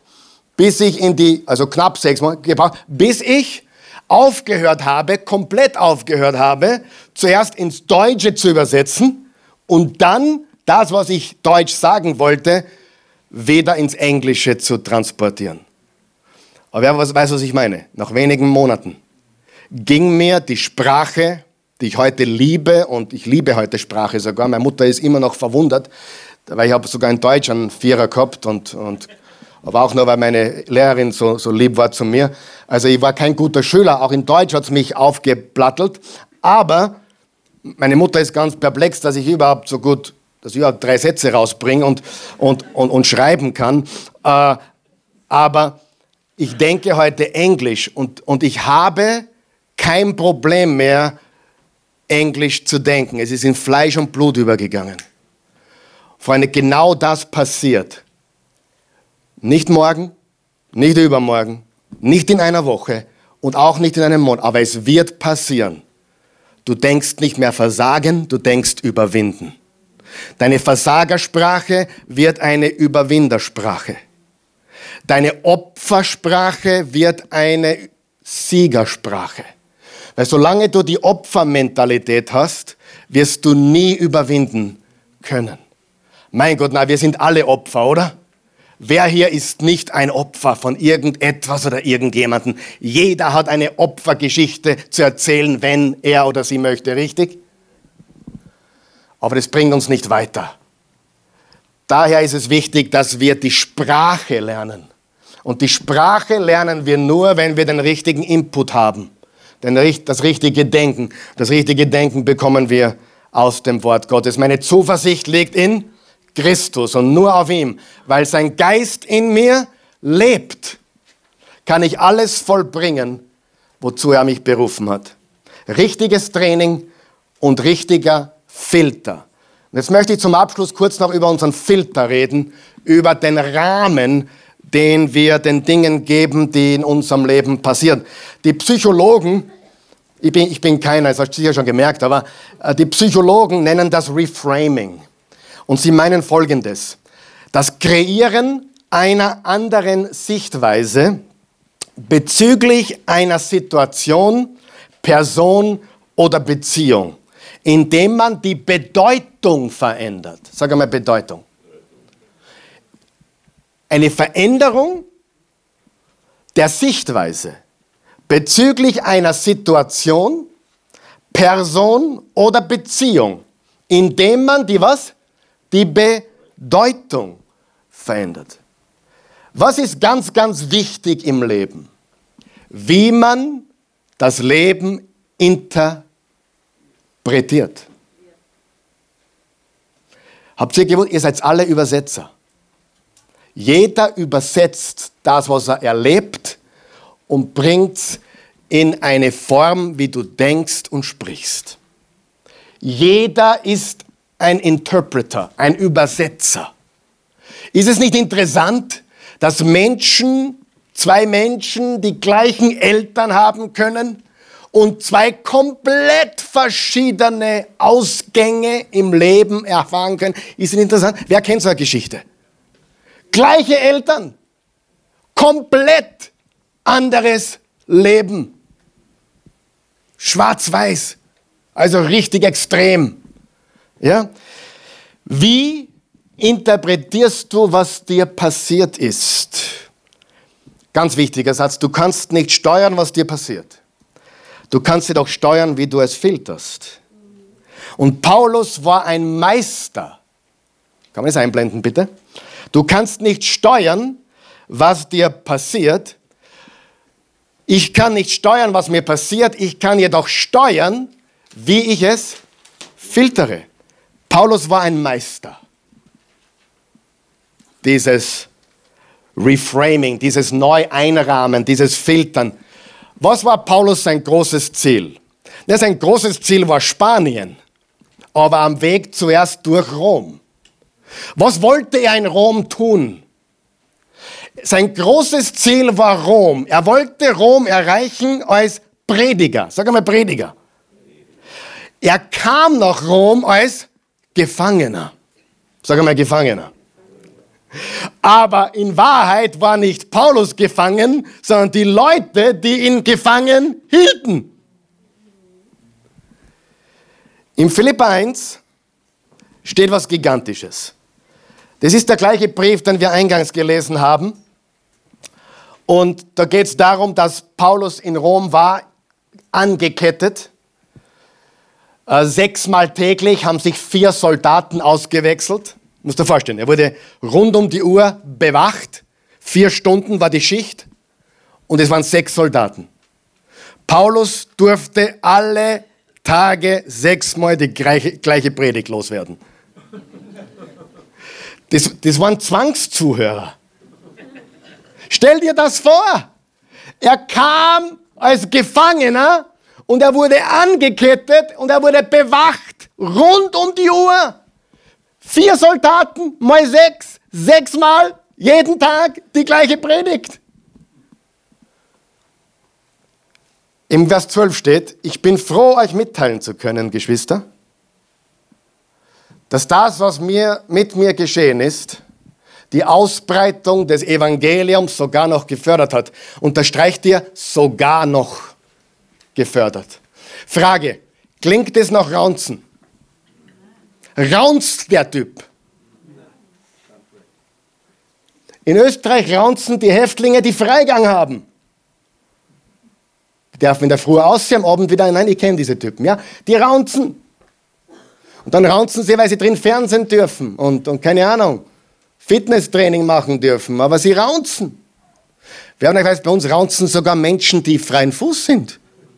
also knapp 6 Monate gebraucht, bis ich komplett aufgehört habe, zuerst ins Deutsche zu übersetzen und dann das, was ich Deutsch sagen wollte, wieder ins Englische zu transportieren. Aber wer weiß, was ich meine? Nach wenigen Monaten ging mir die Sprache, die ich heute liebe, und ich liebe heute Sprache sogar. Meine Mutter ist immer noch verwundert, weil ich habe sogar in Deutsch einen 4er gehabt aber auch nur, weil meine Lehrerin so lieb war zu mir. Also ich war kein guter Schüler, auch in Deutsch hat es mich aufgeplattelt. Aber meine Mutter ist ganz perplex, dass ich überhaupt 3 Sätze rausbringe und schreiben kann. Aber ich denke heute Englisch und ich habe kein Problem mehr, Englisch zu denken. Es ist in Fleisch und Blut übergegangen. Freunde, genau das passiert. Nicht morgen, nicht übermorgen, nicht in einer Woche und auch nicht in einem Monat. Aber es wird passieren. Du denkst nicht mehr versagen, du denkst überwinden. Deine Versagersprache wird eine Überwindersprache. Deine Opfersprache wird eine Siegersprache. Weil solange du die Opfermentalität hast, wirst du nie überwinden können. Mein Gott, wir sind alle Opfer, oder? Wer hier ist nicht ein Opfer von irgendetwas oder irgendjemandem? Jeder hat eine Opfergeschichte zu erzählen, wenn er oder sie möchte, richtig? Aber das bringt uns nicht weiter. Daher ist es wichtig, dass wir die Sprache lernen. Und die Sprache lernen wir nur, wenn wir den richtigen Input haben. Das richtige Denken. Das richtige Denken bekommen wir aus dem Wort Gottes. Meine Zuversicht liegt in Christus und nur auf ihm. Weil sein Geist in mir lebt, kann ich alles vollbringen, wozu er mich berufen hat. Richtiges Training und richtiger Filter. Und jetzt möchte ich zum Abschluss kurz noch über unseren Filter reden, über den Rahmen, den wir den Dingen geben, die in unserem Leben passieren. Die Psychologen, ich bin keiner, das hast du sicher schon gemerkt, aber die Psychologen nennen das Reframing. Und sie meinen Folgendes: Das Kreieren einer anderen Sichtweise bezüglich einer Situation, Person oder Beziehung, indem man die Bedeutung verändert. Sag einmal Bedeutung. Eine Veränderung der Sichtweise bezüglich einer Situation, Person oder Beziehung, indem man die was? Die Bedeutung verändert. Was ist ganz, ganz wichtig im Leben? Wie man das Leben interpretiert. Habt ihr gewusst, ihr seid alle Übersetzer. Jeder übersetzt das, was er erlebt, und bringt es in eine Form, wie du denkst und sprichst. Jeder ist ein Interpreter, ein Übersetzer. Ist es nicht interessant, dass zwei Menschen die gleichen Eltern haben können und zwei komplett verschiedene Ausgänge im Leben erfahren können? Ist es interessant? Wer kennt so eine Geschichte? Gleiche Eltern, komplett anderes Leben. Schwarz-weiß, also richtig extrem. Ja? Wie interpretierst du, was dir passiert ist? Ganz wichtiger Satz, du kannst nicht steuern, was dir passiert. Du kannst jedoch steuern, wie du es filterst. Und Paulus war ein Meister. Kann man das einblenden, bitte? Du kannst nicht steuern, was dir passiert. Ich kann nicht steuern, was mir passiert. Ich kann jedoch steuern, wie ich es filtere. Paulus war ein Meister. Dieses Reframing, dieses Neu-Einrahmen, dieses Filtern. Was war Paulus sein großes Ziel? Sein großes Ziel war Spanien, aber am Weg zuerst durch Rom. Was wollte er in Rom tun? Sein großes Ziel war Rom. Er wollte Rom erreichen als Prediger. Sag einmal Prediger. Er kam nach Rom als Gefangener. Sag einmal Gefangener. Aber in Wahrheit war nicht Paulus gefangen, sondern die Leute, die ihn gefangen hielten. Im Philipper 1 steht was Gigantisches. Das ist der gleiche Brief, den wir eingangs gelesen haben. Und da geht es darum, dass Paulus in Rom war, angekettet. 6-mal täglich haben sich 4 Soldaten ausgewechselt. Musst du dir vorstellen, er wurde rund um die Uhr bewacht. 4 Stunden war die Schicht und es waren 6 Soldaten. Paulus durfte alle Tage 6-mal die gleiche Predigt loswerden. Das waren Zwangszuhörer. Stell dir das vor. Er kam als Gefangener und er wurde angekettet und er wurde bewacht rund um die Uhr. 4 Soldaten mal 6, 6-mal jeden Tag die gleiche Predigt. Im Vers 12 steht, ich bin froh, euch mitteilen zu können, Geschwister, dass das, was mit mir geschehen ist, die Ausbreitung des Evangeliums sogar noch gefördert hat. Unterstreicht ihr, sogar noch gefördert. Frage, klingt es nach Raunzen? Raunzt der Typ? In Österreich raunzen die Häftlinge, die Freigang haben. Die dürfen in der Früh aussehen, am Abend wieder, nein, ich kenne diese Typen, ja, die raunzen. Und dann raunzen sie, weil sie drin fernsehen dürfen und keine Ahnung, Fitnesstraining machen dürfen, aber sie raunzen. Wer von euch weiß, bei uns raunzen sogar Menschen, die freien Fuß sind.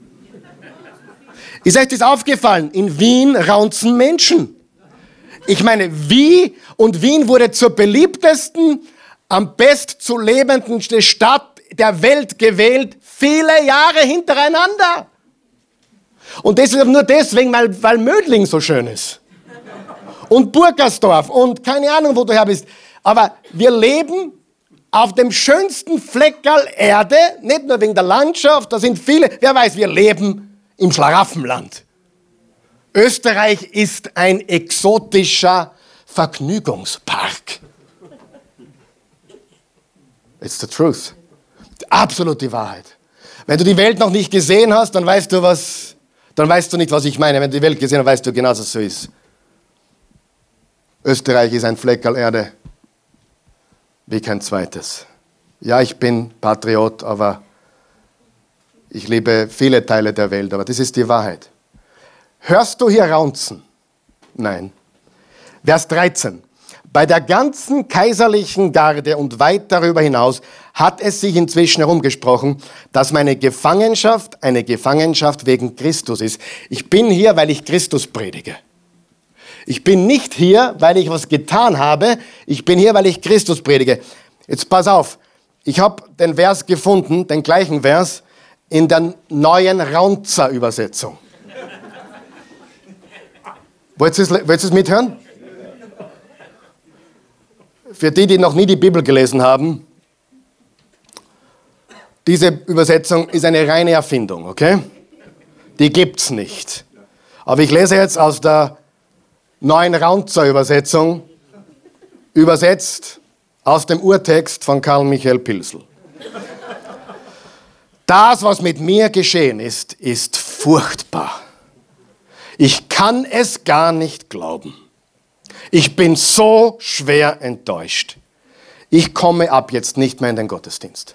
Ist euch das aufgefallen? In Wien raunzen Menschen. Ich meine, Wien wurde zur beliebtesten, am best zu lebenden Stadt der Welt gewählt, viele Jahre hintereinander. Und das ist nur deswegen, weil Mödling so schön ist. Und Burgersdorf und keine Ahnung, wo du her bist. Aber wir leben auf dem schönsten Fleckerl Erde, nicht nur wegen der Landschaft, da sind viele, wer weiß, wir leben im Schlaraffenland. Österreich ist ein exotischer Vergnügungspark. It's the truth. Absolut die Wahrheit. Wenn du die Welt noch nicht gesehen hast, dann weißt du nicht, was ich meine. Wenn du die Welt gesehen hast, weißt du genau, dass es so ist. Österreich ist ein Fleckerl Erde wie kein zweites. Ja, ich bin Patriot, aber ich liebe viele Teile der Welt, aber das ist die Wahrheit. Hörst du hier raunzen? Nein. Vers 13. Bei der ganzen kaiserlichen Garde und weit darüber hinaus hat es sich inzwischen herumgesprochen, dass meine Gefangenschaft eine Gefangenschaft wegen Christus ist. Ich bin hier, weil ich Christus predige. Ich bin nicht hier, weil ich was getan habe. Ich bin hier, weil ich Christus predige. Jetzt pass auf. Ich habe den Vers gefunden, den gleichen Vers, in der neuen Raunzer-Übersetzung. Wollt ihr es mithören? Für die noch nie die Bibel gelesen haben, diese Übersetzung ist eine reine Erfindung, okay? Die gibt's nicht. Aber ich lese jetzt aus der neuen Raunzer-Übersetzung, übersetzt aus dem Urtext von Karl Michael Pilsel. Das, was mit mir geschehen ist, ist furchtbar. Ich kann es gar nicht glauben. Ich bin so schwer enttäuscht. Ich komme ab jetzt nicht mehr in den Gottesdienst.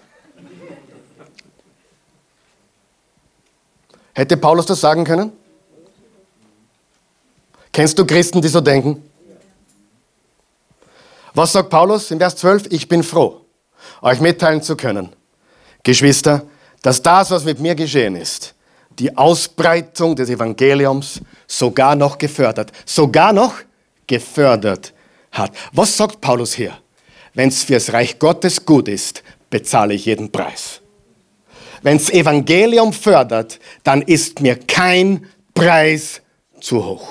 Hätte Paulus das sagen können? Kennst du Christen, die so denken? Was sagt Paulus in Vers 12? Ich bin froh, euch mitteilen zu können, Geschwister, dass das, was mit mir geschehen ist, die Ausbreitung des Evangeliums sogar noch gefördert hat. Was sagt Paulus hier? Wenn es fürs Reich Gottes gut ist, bezahle ich jeden Preis. Wenn das Evangelium fördert, dann ist mir kein Preis zu hoch.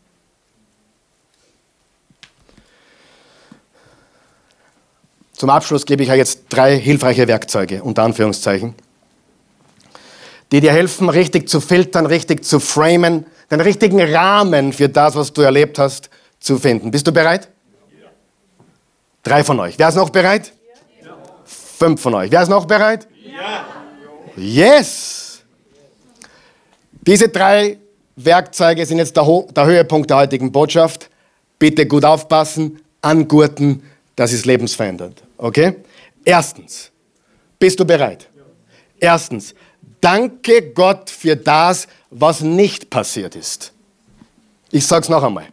Zum Abschluss gebe ich euch jetzt 3 hilfreiche Werkzeuge, unter Anführungszeichen, die dir helfen, richtig zu filtern, richtig zu framen, den richtigen Rahmen für das, was du erlebt hast, zu finden. Bist du bereit? Ja. 3 von euch. Wer ist noch bereit? Ja. 5 von euch. Wer ist noch bereit? Ja. Yes! Diese 3 Werkzeuge sind jetzt der Höhepunkt der heutigen Botschaft. Bitte gut aufpassen, angurten, das ist lebensverändernd. Okay? Erstens, bist du bereit? Erstens, danke Gott für das, was nicht passiert ist. Ich sage es noch einmal.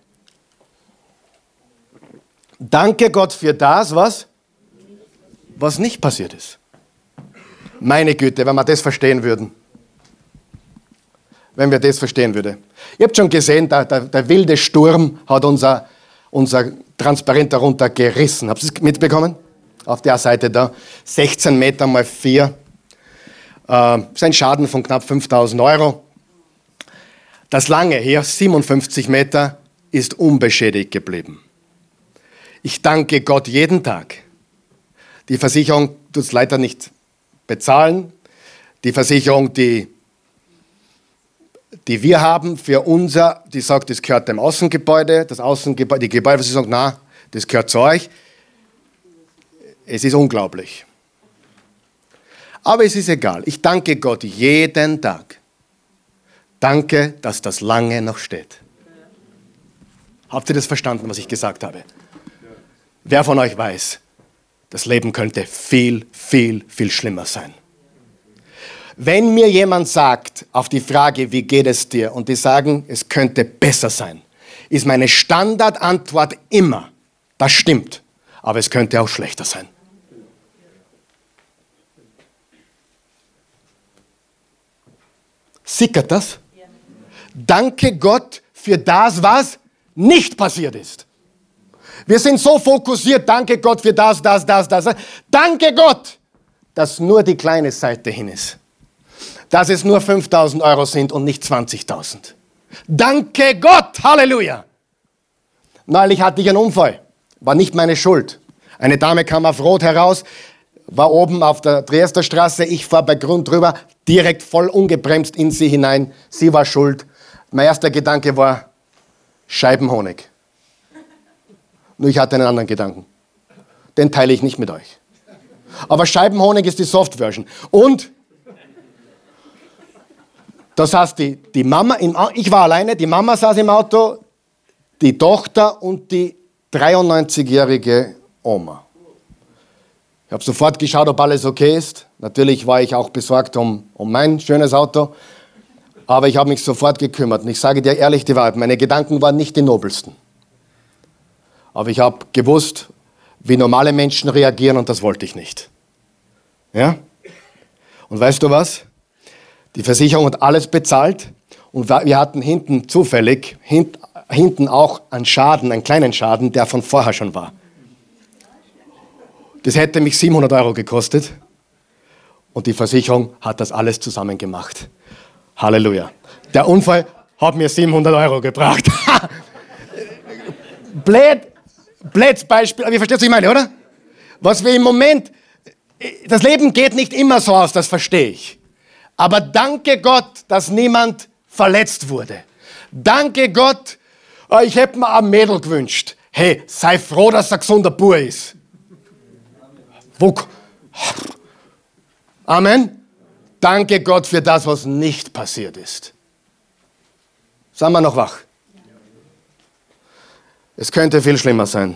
Danke Gott für das, was nicht passiert ist. Meine Güte, wenn wir das verstehen würden. Wenn wir das verstehen würden. Ihr habt schon gesehen, der wilde Sturm hat unser Transparent darunter gerissen. Habt ihr es mitbekommen? Auf der Seite da. 16 Meter mal 4. Das ist ein Schaden von knapp 5.000 Euro. Das lange hier, 57 Meter, ist unbeschädigt geblieben. Ich danke Gott jeden Tag. Die Versicherung tut es leider nicht bezahlen. Die Versicherung, die wir haben für unser, die sagt, das gehört dem Außengebäude, die Gebäudeversicherung sagt, na, das gehört zu euch. Es ist unglaublich. Aber es ist egal. Ich danke Gott jeden Tag. Danke, dass das lange noch steht. Habt ihr das verstanden, was ich gesagt habe? Wer von euch weiß, das Leben könnte viel, viel, viel schlimmer sein. Wenn mir jemand sagt, auf die Frage, wie geht es dir, und die sagen, es könnte besser sein, ist meine Standardantwort immer, das stimmt, aber es könnte auch schlechter sein. Sickert das? Danke Gott für das, was nicht passiert ist. Wir sind so fokussiert, danke Gott für das. Danke Gott, dass nur die kleine Seite hin ist. Dass es nur 5.000 Euro sind und nicht 20.000. Danke Gott, Halleluja. Neulich hatte ich einen Unfall, war nicht meine Schuld. Eine Dame kam auf Rot heraus, war oben auf der Triester Straße, ich fahre bei Grün drüber, direkt voll ungebremst in sie hinein. Sie war schuld. Mein erster Gedanke war Scheibenhonig. Nur ich hatte einen anderen Gedanken. Den teile ich nicht mit euch. Aber Scheibenhonig ist die Soft-Version. Und das heißt, die Mama, ich war alleine, die Mama saß im Auto, die Tochter und die 93-jährige Oma. Ich habe sofort geschaut, ob alles okay ist. Natürlich war ich auch besorgt um mein schönes Auto. Aber ich habe mich sofort gekümmert. Und ich sage dir ehrlich die Wahrheit, meine Gedanken waren nicht die nobelsten. Aber ich habe gewusst, wie normale Menschen reagieren und das wollte ich nicht. Ja? Und weißt du was? Die Versicherung hat alles bezahlt und wir hatten hinten zufällig, hinten auch einen Schaden, einen kleinen Schaden, der von vorher schon war. Das hätte mich 700 Euro gekostet und die Versicherung hat das alles zusammen gemacht. Halleluja. Der Unfall hat mir 700 Euro gebracht. Blöds Beispiel, aber ihr versteht, was ich meine, oder? Was wir im Moment, das Leben geht nicht immer so aus, das verstehe ich. Aber danke Gott, dass niemand verletzt wurde. Danke Gott, ich hätte mir ein Mädel gewünscht. Hey, sei froh, dass er ein gesunder Bub ist. Amen. Danke Gott für das, was nicht passiert ist. Sind wir noch wach? Es könnte viel schlimmer sein.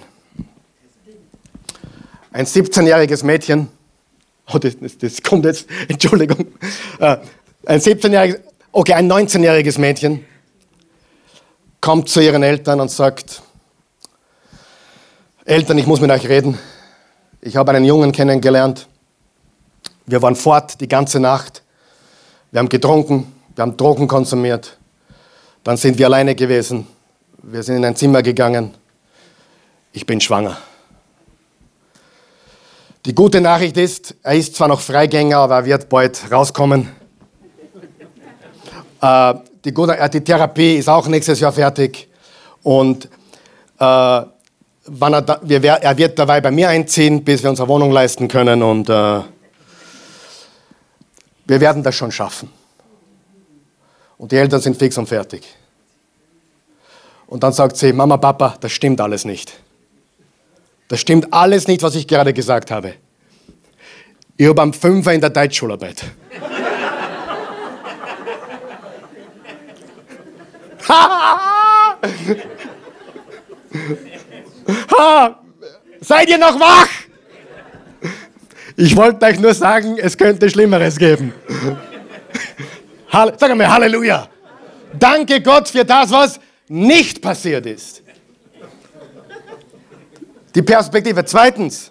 Ein 17-jähriges Mädchen, das kommt jetzt, Entschuldigung, ein 19-jähriges Mädchen kommt zu ihren Eltern und sagt, Eltern, ich muss mit euch reden. Ich habe einen Jungen kennengelernt. Wir waren fort die ganze Nacht. Wir haben getrunken, wir haben Drogen konsumiert. Dann sind wir alleine gewesen. Wir sind in ein Zimmer gegangen. Ich bin schwanger. Die gute Nachricht ist, er ist zwar noch Freigänger, aber er wird bald rauskommen. Die Therapie ist auch nächstes Jahr fertig. Und er wird dabei bei mir einziehen, bis wir unsere Wohnung leisten können. Und wir werden das schon schaffen. Und die Eltern sind fix und fertig. Und dann sagt sie, Mama, Papa, das stimmt alles nicht. Das stimmt alles nicht, was ich gerade gesagt habe. Ich habe am 5er in der Deutschschularbeit. Seid ihr noch wach? Ich wollte euch nur sagen, es könnte Schlimmeres geben. Sag einmal Halleluja. Danke Gott für das, was nicht passiert ist. Die Perspektive. Zweitens,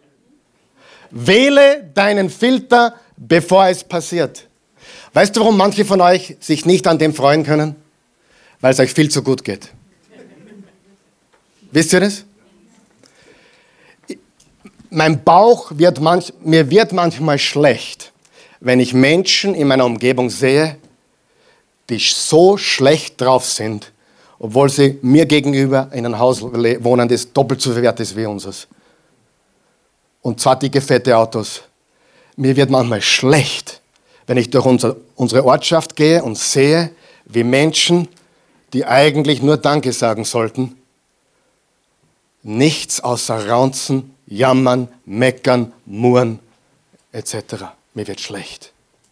wähle deinen Filter, bevor es passiert. Weißt du, warum manche von euch sich nicht an dem freuen können? Weil es euch viel zu gut geht. Wisst ihr das? Mir wird manchmal schlecht, wenn ich Menschen in meiner Umgebung sehe, die so schlecht drauf sind, obwohl sie mir gegenüber in einem Haus wohnen, das doppelt so viel wert ist wie unseres. Und zwar dicke, fette Autos. Mir wird manchmal schlecht, wenn ich durch unsere Ortschaft gehe und sehe, wie Menschen, die eigentlich nur Danke sagen sollten, nichts außer Raunzen, Jammern, Meckern, Murren etc. Mir wird schlecht.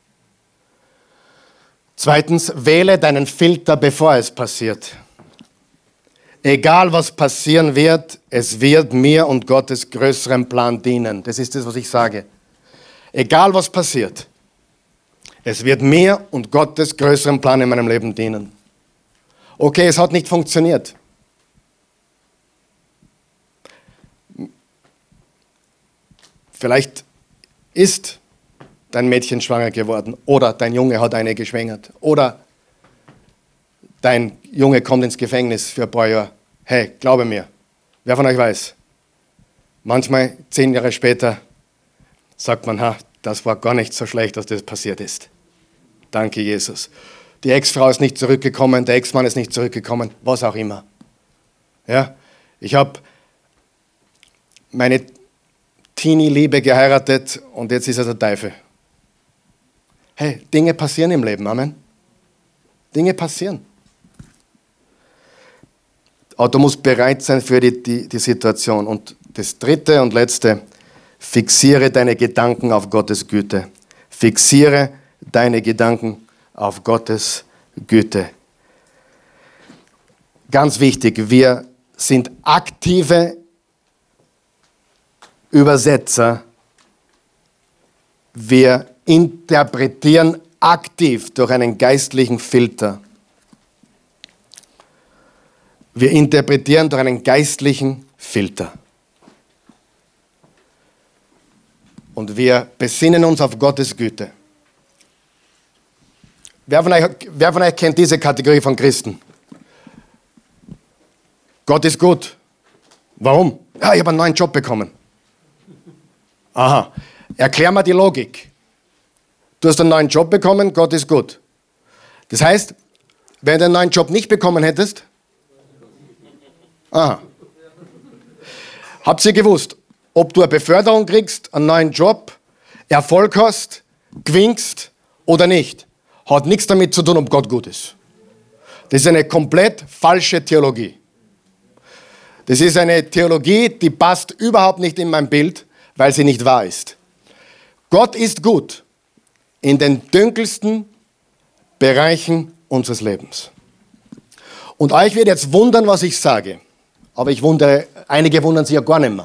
Zweitens, wähle deinen Filter, bevor es passiert. Egal was passieren wird, es wird mir und Gottes größerem Plan dienen. Das ist das, was ich sage. Egal was passiert, es wird mir und Gottes größerem Plan in meinem Leben dienen. Okay, es hat nicht funktioniert. Vielleicht ist dein Mädchen schwanger geworden oder dein Junge hat eine geschwängert oder dein Junge kommt ins Gefängnis für ein paar Jahre. Hey, glaube mir, wer von euch weiß, manchmal 10 Jahre später sagt man, das war gar nicht so schlecht, dass das passiert ist. Danke, Jesus. Die Ex-Frau ist nicht zurückgekommen, der Ex-Mann ist nicht zurückgekommen, was auch immer. Ja? Ich habe meine Teenie-Liebe geheiratet und jetzt ist er der Teufel. Hey, Dinge passieren im Leben, Amen. Dinge passieren. Aber du musst bereit sein für die Situation. Und das dritte und letzte, fixiere deine Gedanken auf Gottes Güte. Fixiere deine Gedanken auf Gottes Güte. Ganz wichtig, wir sind aktive Übersetzer. Wir interpretieren aktiv durch einen geistlichen Filter. Wir interpretieren durch einen geistlichen Filter. Und wir besinnen uns auf Gottes Güte. Wer von euch kennt diese Kategorie von Christen? Gott ist gut. Warum? Ja, ich habe einen neuen Job bekommen. Aha. Erklär mal die Logik. Du hast einen neuen Job bekommen, Gott ist gut. Das heißt, wenn du einen neuen Job nicht bekommen hättest, aha. Habt ihr gewusst, ob du eine Beförderung kriegst, einen neuen Job, Erfolg hast, gewinnst oder nicht, hat nichts damit zu tun, ob Gott gut ist. Das ist eine komplett falsche Theologie. Das ist eine Theologie, die passt überhaupt nicht in mein Bild, weil sie nicht wahr ist. Gott ist gut in den dunkelsten Bereichen unseres Lebens. Und euch wird jetzt wundern, was ich sage. Aber einige wundern sich ja gar nicht mehr.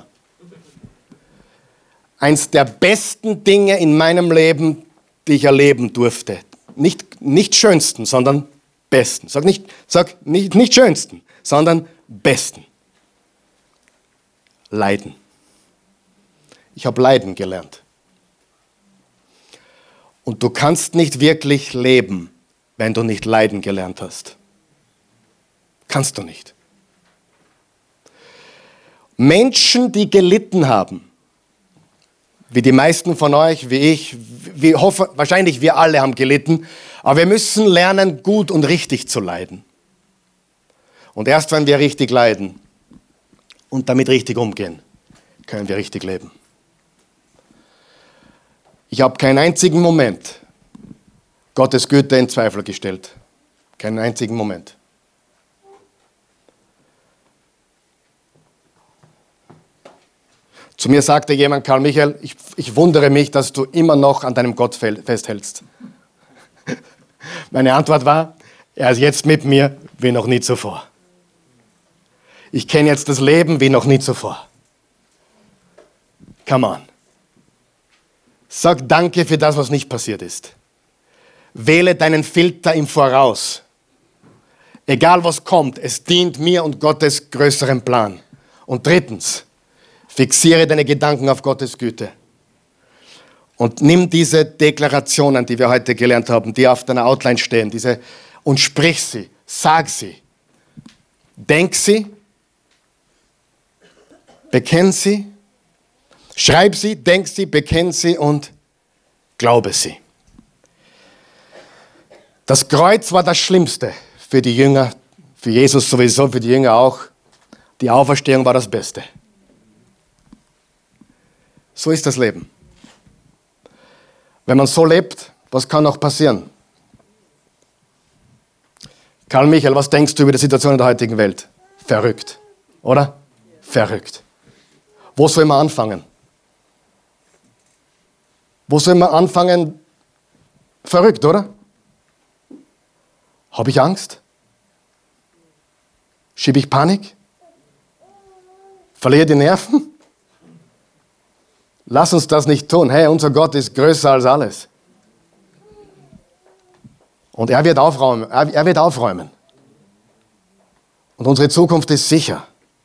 Eins der besten Dinge in meinem Leben, die ich erleben durfte. Nicht schönsten, sondern besten. Sag nicht schönsten, sondern besten. Leiden. Ich habe leiden gelernt. Und du kannst nicht wirklich leben, wenn du nicht leiden gelernt hast. Kannst du nicht. Menschen, die gelitten haben, wie die meisten von euch, wie ich, wahrscheinlich wir alle haben gelitten, aber wir müssen lernen, gut und richtig zu leiden. Und erst wenn wir richtig leiden und damit richtig umgehen, können wir richtig leben. Ich habe keinen einzigen Moment Gottes Güte in Zweifel gestellt. Keinen einzigen Moment. Zu mir sagte jemand, Karl Michael, ich wundere mich, dass du immer noch an deinem Gott festhältst. Meine Antwort war, er ist jetzt mit mir wie noch nie zuvor. Ich kenne jetzt das Leben wie noch nie zuvor. Come on. Sag Danke für das, was nicht passiert ist. Wähle deinen Filter im Voraus. Egal was kommt, es dient mir und Gottes größerem Plan. Und drittens, fixiere deine Gedanken auf Gottes Güte. Und nimm diese Deklarationen, die wir heute gelernt haben, die auf deiner Outline stehen, und sprich sie, sag sie. Denk sie, bekenn sie, schreib sie, denk sie, bekenn sie und glaube sie. Das Kreuz war das Schlimmste für die Jünger, für Jesus sowieso, für die Jünger auch. Die Auferstehung war das Beste. So ist das Leben. Wenn man so lebt, was kann noch passieren? Karl Michael, was denkst du über die Situation in der heutigen Welt? Verrückt, oder? Verrückt. Wo soll man anfangen? Wo soll man anfangen? Verrückt, oder? Habe ich Angst? Schiebe ich Panik? Verliere die Nerven? Lass uns das nicht tun. Hey, unser Gott ist größer als alles. Und er wird aufräumen. Er wird aufräumen. Und unsere Zukunft ist sicher.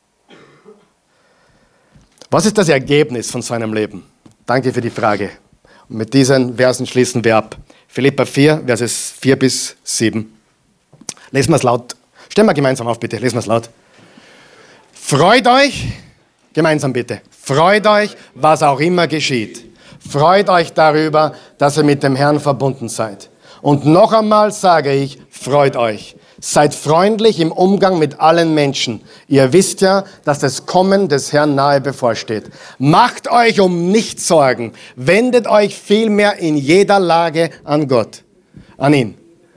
Was ist das Ergebnis von seinem Leben? Danke für die Frage. Und mit diesen Versen schließen wir ab. Philipper 4, Verse 4 bis 7. Lesen wir es laut. Stellen wir gemeinsam auf, bitte. Lesen wir es laut. Freut euch, gemeinsam bitte. Freut euch, was auch immer geschieht. Freut euch darüber, dass ihr mit dem Herrn verbunden seid. Und noch einmal sage ich, freut euch. Seid freundlich im Umgang mit allen Menschen. Ihr wisst ja, dass das Kommen des Herrn nahe bevorsteht. Macht euch um nichts Sorgen. Wendet euch vielmehr in jeder Lage an Gott. An ihn.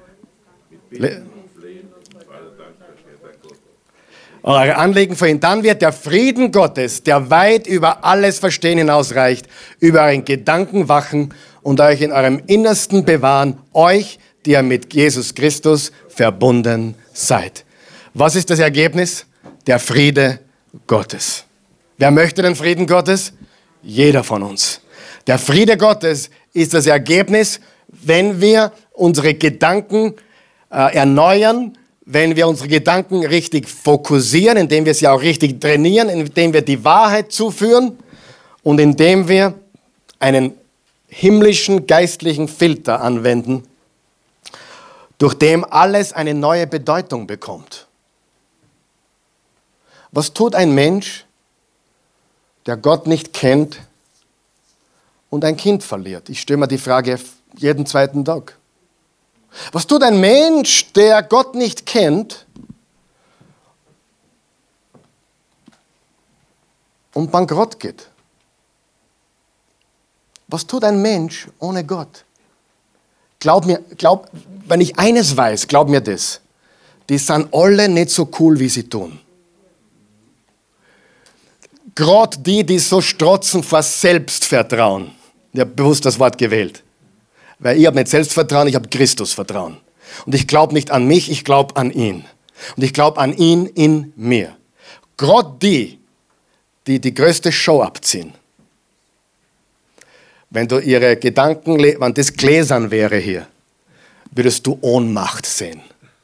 Eure Anliegen für ihn. Dann wird der Frieden Gottes, der weit über alles Verstehen hinausreicht, über euren Gedanken wachen und euch in eurem Innersten bewahren, euch, die ihr mit Jesus Christus verbunden seid. Was ist das Ergebnis? Der Friede Gottes. Wer möchte den Frieden Gottes? Jeder von uns. Der Friede Gottes ist das Ergebnis, wenn wir unsere Gedanken erneuern, wenn wir unsere Gedanken richtig fokussieren, indem wir sie auch richtig trainieren, indem wir die Wahrheit zuführen und indem wir einen himmlischen, geistlichen Filter anwenden, durch den alles eine neue Bedeutung bekommt. Was tut ein Mensch, der Gott nicht kennt und ein Kind verliert? Ich stelle mir die Frage jeden zweiten Tag. Was tut ein Mensch, der Gott nicht kennt und bankrott geht? Was tut ein Mensch ohne Gott? Wenn ich eines weiß, glaub mir das, die sind alle nicht so cool, wie sie tun. Gerade die so strotzen vor Selbstvertrauen. Ich habe bewusst das Wort gewählt. Weil ich habe nicht Selbstvertrauen, ich habe Christusvertrauen. Und ich glaube nicht an mich, ich glaube an ihn. Und ich glaube an ihn in mir. Gerade die größte Show abziehen. Wenn du ihre Gedanken, wenn das gläsern wäre hier, würdest du Ohnmacht sehen.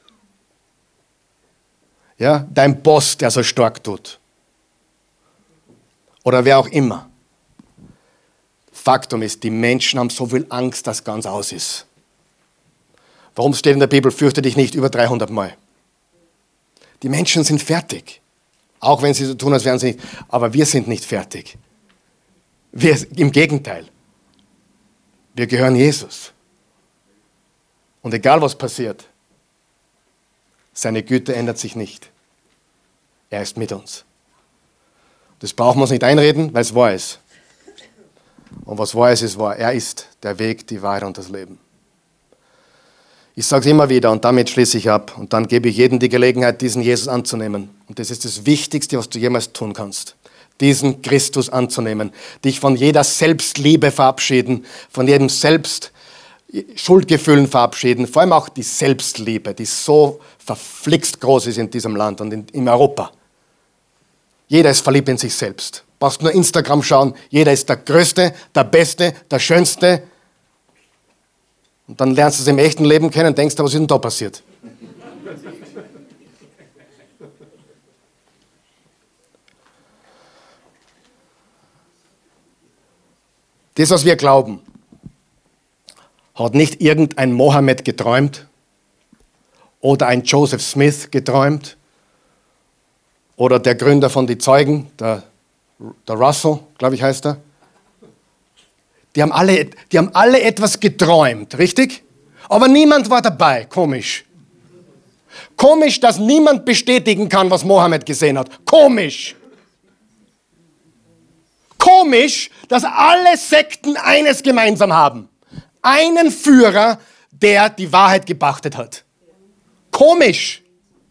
Ja, dein Boss, der so stark tut. Oder wer auch immer. Faktum ist, die Menschen haben so viel Angst, dass ganz aus ist. Warum steht in der Bibel, fürchte dich nicht, über 300 Mal? Die Menschen sind fertig. Auch wenn sie so tun, als wären sie nicht. Aber wir sind nicht fertig. Im Gegenteil. Wir gehören Jesus. Und egal was passiert, seine Güte ändert sich nicht. Er ist mit uns. Das brauchen wir uns nicht einreden, weil es wahr ist. Und was wahr ist, ist wahr. Er ist der Weg, die Wahrheit und das Leben. Ich sage es immer wieder und damit schließe ich ab. Und dann gebe ich jedem die Gelegenheit, diesen Jesus anzunehmen. Und das ist das Wichtigste, was du jemals tun kannst. Diesen Christus anzunehmen. Dich von jeder Selbstliebe verabschieden, von jedem Schuldgefühlen verabschieden. Vor allem auch die Selbstliebe, die so verflixt groß ist in diesem Land und in Europa. Jeder ist verliebt in sich selbst. Brauchst nur Instagram schauen. Jeder ist der Größte, der Beste, der Schönste. Und dann lernst du es im echten Leben kennen und denkst, was ist denn da passiert? Das, was wir glauben, hat nicht irgendein Mohammed geträumt oder ein Joseph Smith geträumt oder der Gründer von Die Zeugen, der Russell, glaube ich heißt er. Die haben alle etwas geträumt, richtig? Aber niemand war dabei, komisch. Komisch, dass niemand bestätigen kann, was Mohammed gesehen hat. Komisch. Komisch, dass alle Sekten eines gemeinsam haben. Einen Führer, der die Wahrheit gepachtet hat. Komisch.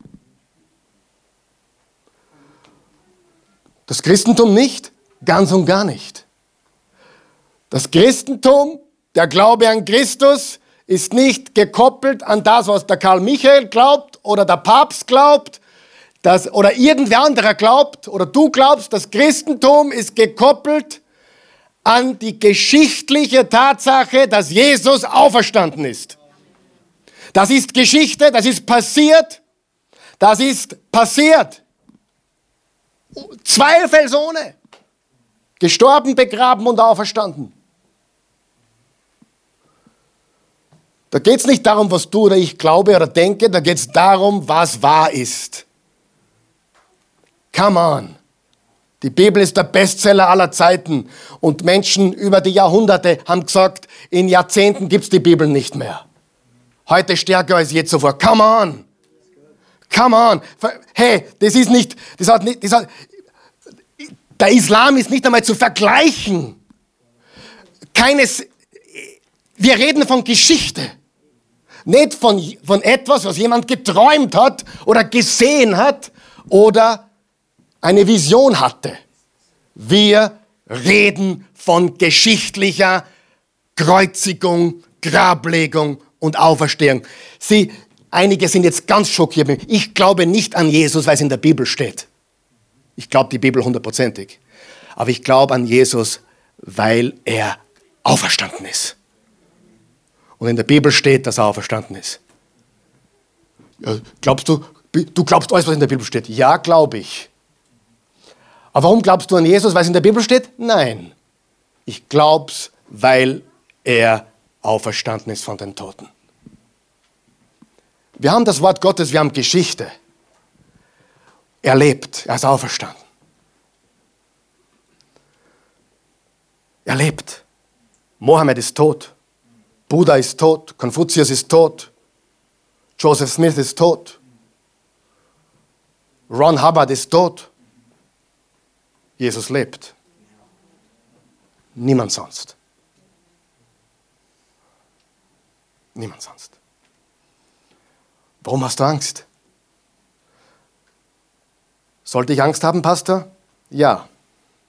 Das Christentum nicht, ganz und gar nicht. Das Christentum, der Glaube an Christus, ist nicht gekoppelt an das, was der Karl Michael glaubt oder der Papst glaubt oder irgendwer anderer glaubt oder du glaubst. Das Christentum ist gekoppelt an die geschichtliche Tatsache, dass Jesus auferstanden ist. Das ist Geschichte, das ist passiert. Das ist passiert. Zweifelsohne. Gestorben, begraben und auferstanden. Da geht es nicht darum, was du oder ich glaube oder denke, da geht es darum, was wahr ist. Come on. Die Bibel ist der Bestseller aller Zeiten und Menschen über die Jahrhunderte haben gesagt, in Jahrzehnten gibt es die Bibel nicht mehr. Heute stärker als je zuvor. Come on. Come on. Hey, der Islam ist nicht einmal zu vergleichen. Wir reden von Geschichte. Nicht von etwas, was jemand geträumt hat oder gesehen hat oder eine Vision hatte. Wir reden von geschichtlicher Kreuzigung, Grablegung und Auferstehung. Einige sind jetzt ganz schockiert. Ich glaube nicht an Jesus, weil es in der Bibel steht. Ich glaube die Bibel 100%. Aber ich glaube an Jesus, weil er auferstanden ist. Und in der Bibel steht, dass er auferstanden ist. Ja, glaubst du glaubst alles, was in der Bibel steht? Ja, glaube ich. Aber warum glaubst du an Jesus, weil es in der Bibel steht? Nein. Ich glaub's, weil er auferstanden ist von den Toten. Wir haben das Wort Gottes, wir haben Geschichte. Er lebt, er ist auferstanden. Er lebt. Mohammed ist tot. Buddha ist tot. Konfuzius ist tot. Joseph Smith ist tot. Ron Hubbard ist tot. Jesus lebt. Niemand sonst. Niemand sonst. Warum hast du Angst? Sollte ich Angst haben, Pastor? Ja.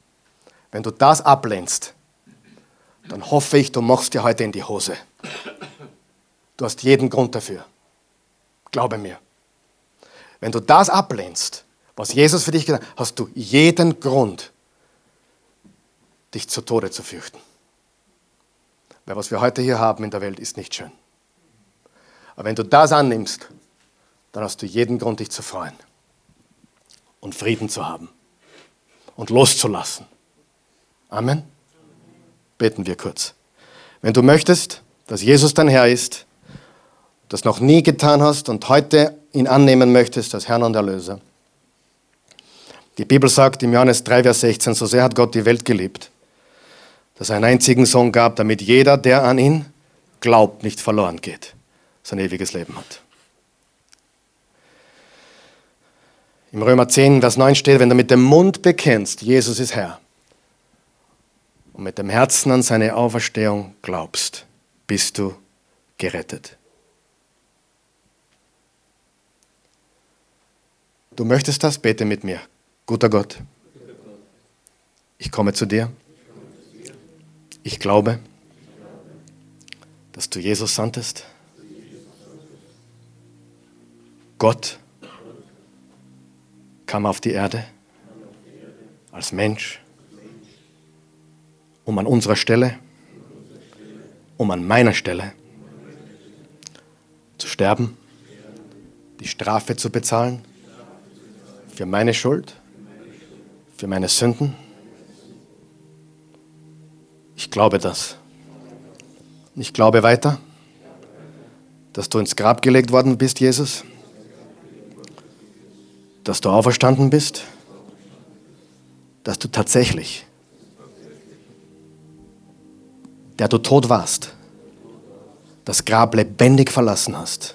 Wenn du das ablehnst, dann hoffe ich, du machst dir heute in die Hose. Du hast jeden Grund dafür. Glaube mir. Wenn du das ablehnst, was Jesus für dich getan hat, hast du jeden Grund, dich zu Tode zu fürchten. Weil was wir heute hier haben in der Welt, ist nicht schön. Aber wenn du das annimmst, dann hast du jeden Grund, dich zu freuen und Frieden zu haben und loszulassen. Amen. Beten wir kurz. Wenn du möchtest, dass Jesus dein Herr ist, das noch nie getan hast und heute ihn annehmen möchtest als Herrn und Erlöser. Die Bibel sagt im Johannes 3, Vers 16, so sehr hat Gott die Welt geliebt, dass er einen einzigen Sohn gab, damit jeder, der an ihn glaubt, nicht verloren geht, sein ewiges Leben hat. Im Römer 10, Vers 9 steht, wenn du mit dem Mund bekennst, Jesus ist Herr, und mit dem Herzen an seine Auferstehung glaubst, bist du gerettet. Du möchtest das? Bete mit mir. Guter Gott, ich komme zu dir. Ich glaube, dass du Jesus sandtest. Gott kam auf die Erde als Mensch, um an unserer Stelle, um an meiner Stelle zu sterben, die Strafe zu bezahlen für meine Schuld, für meine Sünden. Ich glaube das. Ich glaube weiter, dass du ins Grab gelegt worden bist, Jesus, dass du auferstanden bist, dass du tatsächlich, der du tot warst, das Grab lebendig verlassen hast.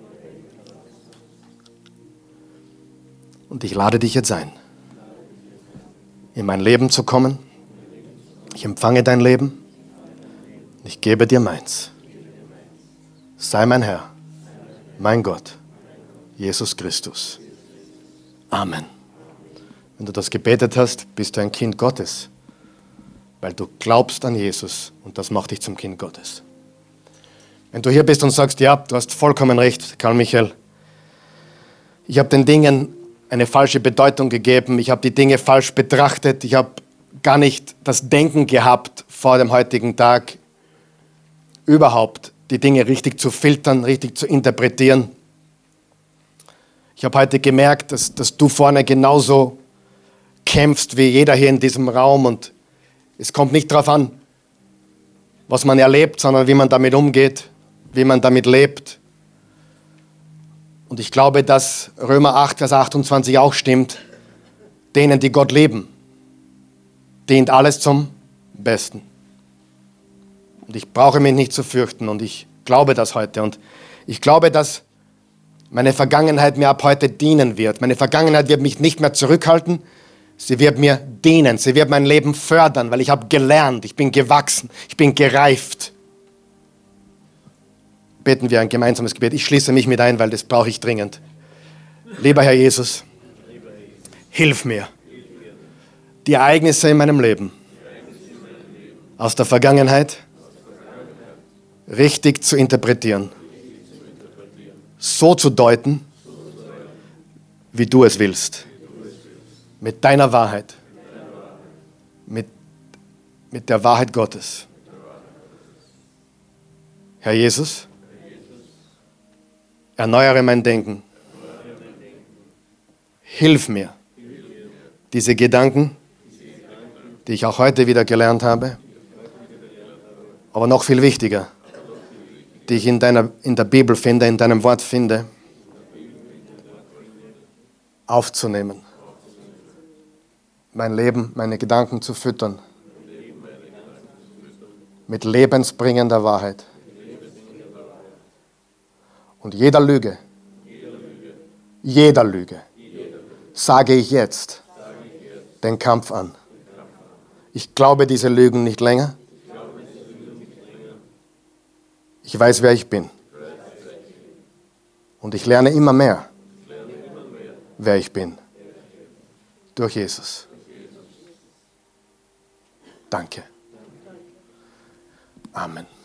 Und ich lade dich jetzt ein, in mein Leben zu kommen. Ich empfange dein Leben. Ich gebe dir meins. Sei mein Herr, mein Gott, Jesus Christus. Amen. Wenn du das gebetet hast, bist du ein Kind Gottes, weil du glaubst an Jesus und das macht dich zum Kind Gottes. Wenn du hier bist und sagst, ja, du hast vollkommen recht, Karl Michael, ich habe den Dingen eine falsche Bedeutung gegeben, ich habe die Dinge falsch betrachtet, ich habe gar nicht das Denken gehabt vor dem heutigen Tag, überhaupt die Dinge richtig zu filtern, richtig zu interpretieren. Ich habe heute gemerkt, dass du vorne genauso kämpfst wie jeder hier in diesem Raum und es kommt nicht darauf an, was man erlebt, sondern wie man damit umgeht, wie man damit lebt. Und ich glaube, dass Römer 8, Vers 28 auch stimmt, denen, die Gott lieben, dient alles zum Besten. Und ich brauche mich nicht zu fürchten und ich glaube das heute. Und ich glaube, dass meine Vergangenheit mir ab heute dienen wird. Meine Vergangenheit wird mich nicht mehr zurückhalten. Sie wird mir dienen. Sie wird mein Leben fördern, weil ich habe gelernt. Ich bin gewachsen. Ich bin gereift. Beten wir ein gemeinsames Gebet. Ich schließe mich mit ein, weil das brauche ich dringend. Lieber Herr Jesus, hilf mir, die Ereignisse in meinem Leben aus der Vergangenheit richtig zu interpretieren, so zu deuten, wie du es willst, mit deiner Wahrheit, mit der Wahrheit Gottes. Herr Jesus, erneuere mein Denken. Hilf mir, diese Gedanken, die ich auch heute wieder gelernt habe, aber noch viel wichtiger, die ich in der Bibel finde, in deinem Wort finde, aufzunehmen. Mein Leben, meine Gedanken zu füttern. Mit lebensbringender Wahrheit. Und jeder Lüge, sage ich jetzt den Kampf an. Ich glaube diese Lügen nicht länger. Ich weiß, wer ich bin. Und ich lerne immer mehr, wer ich bin. Durch Jesus. Danke. Amen.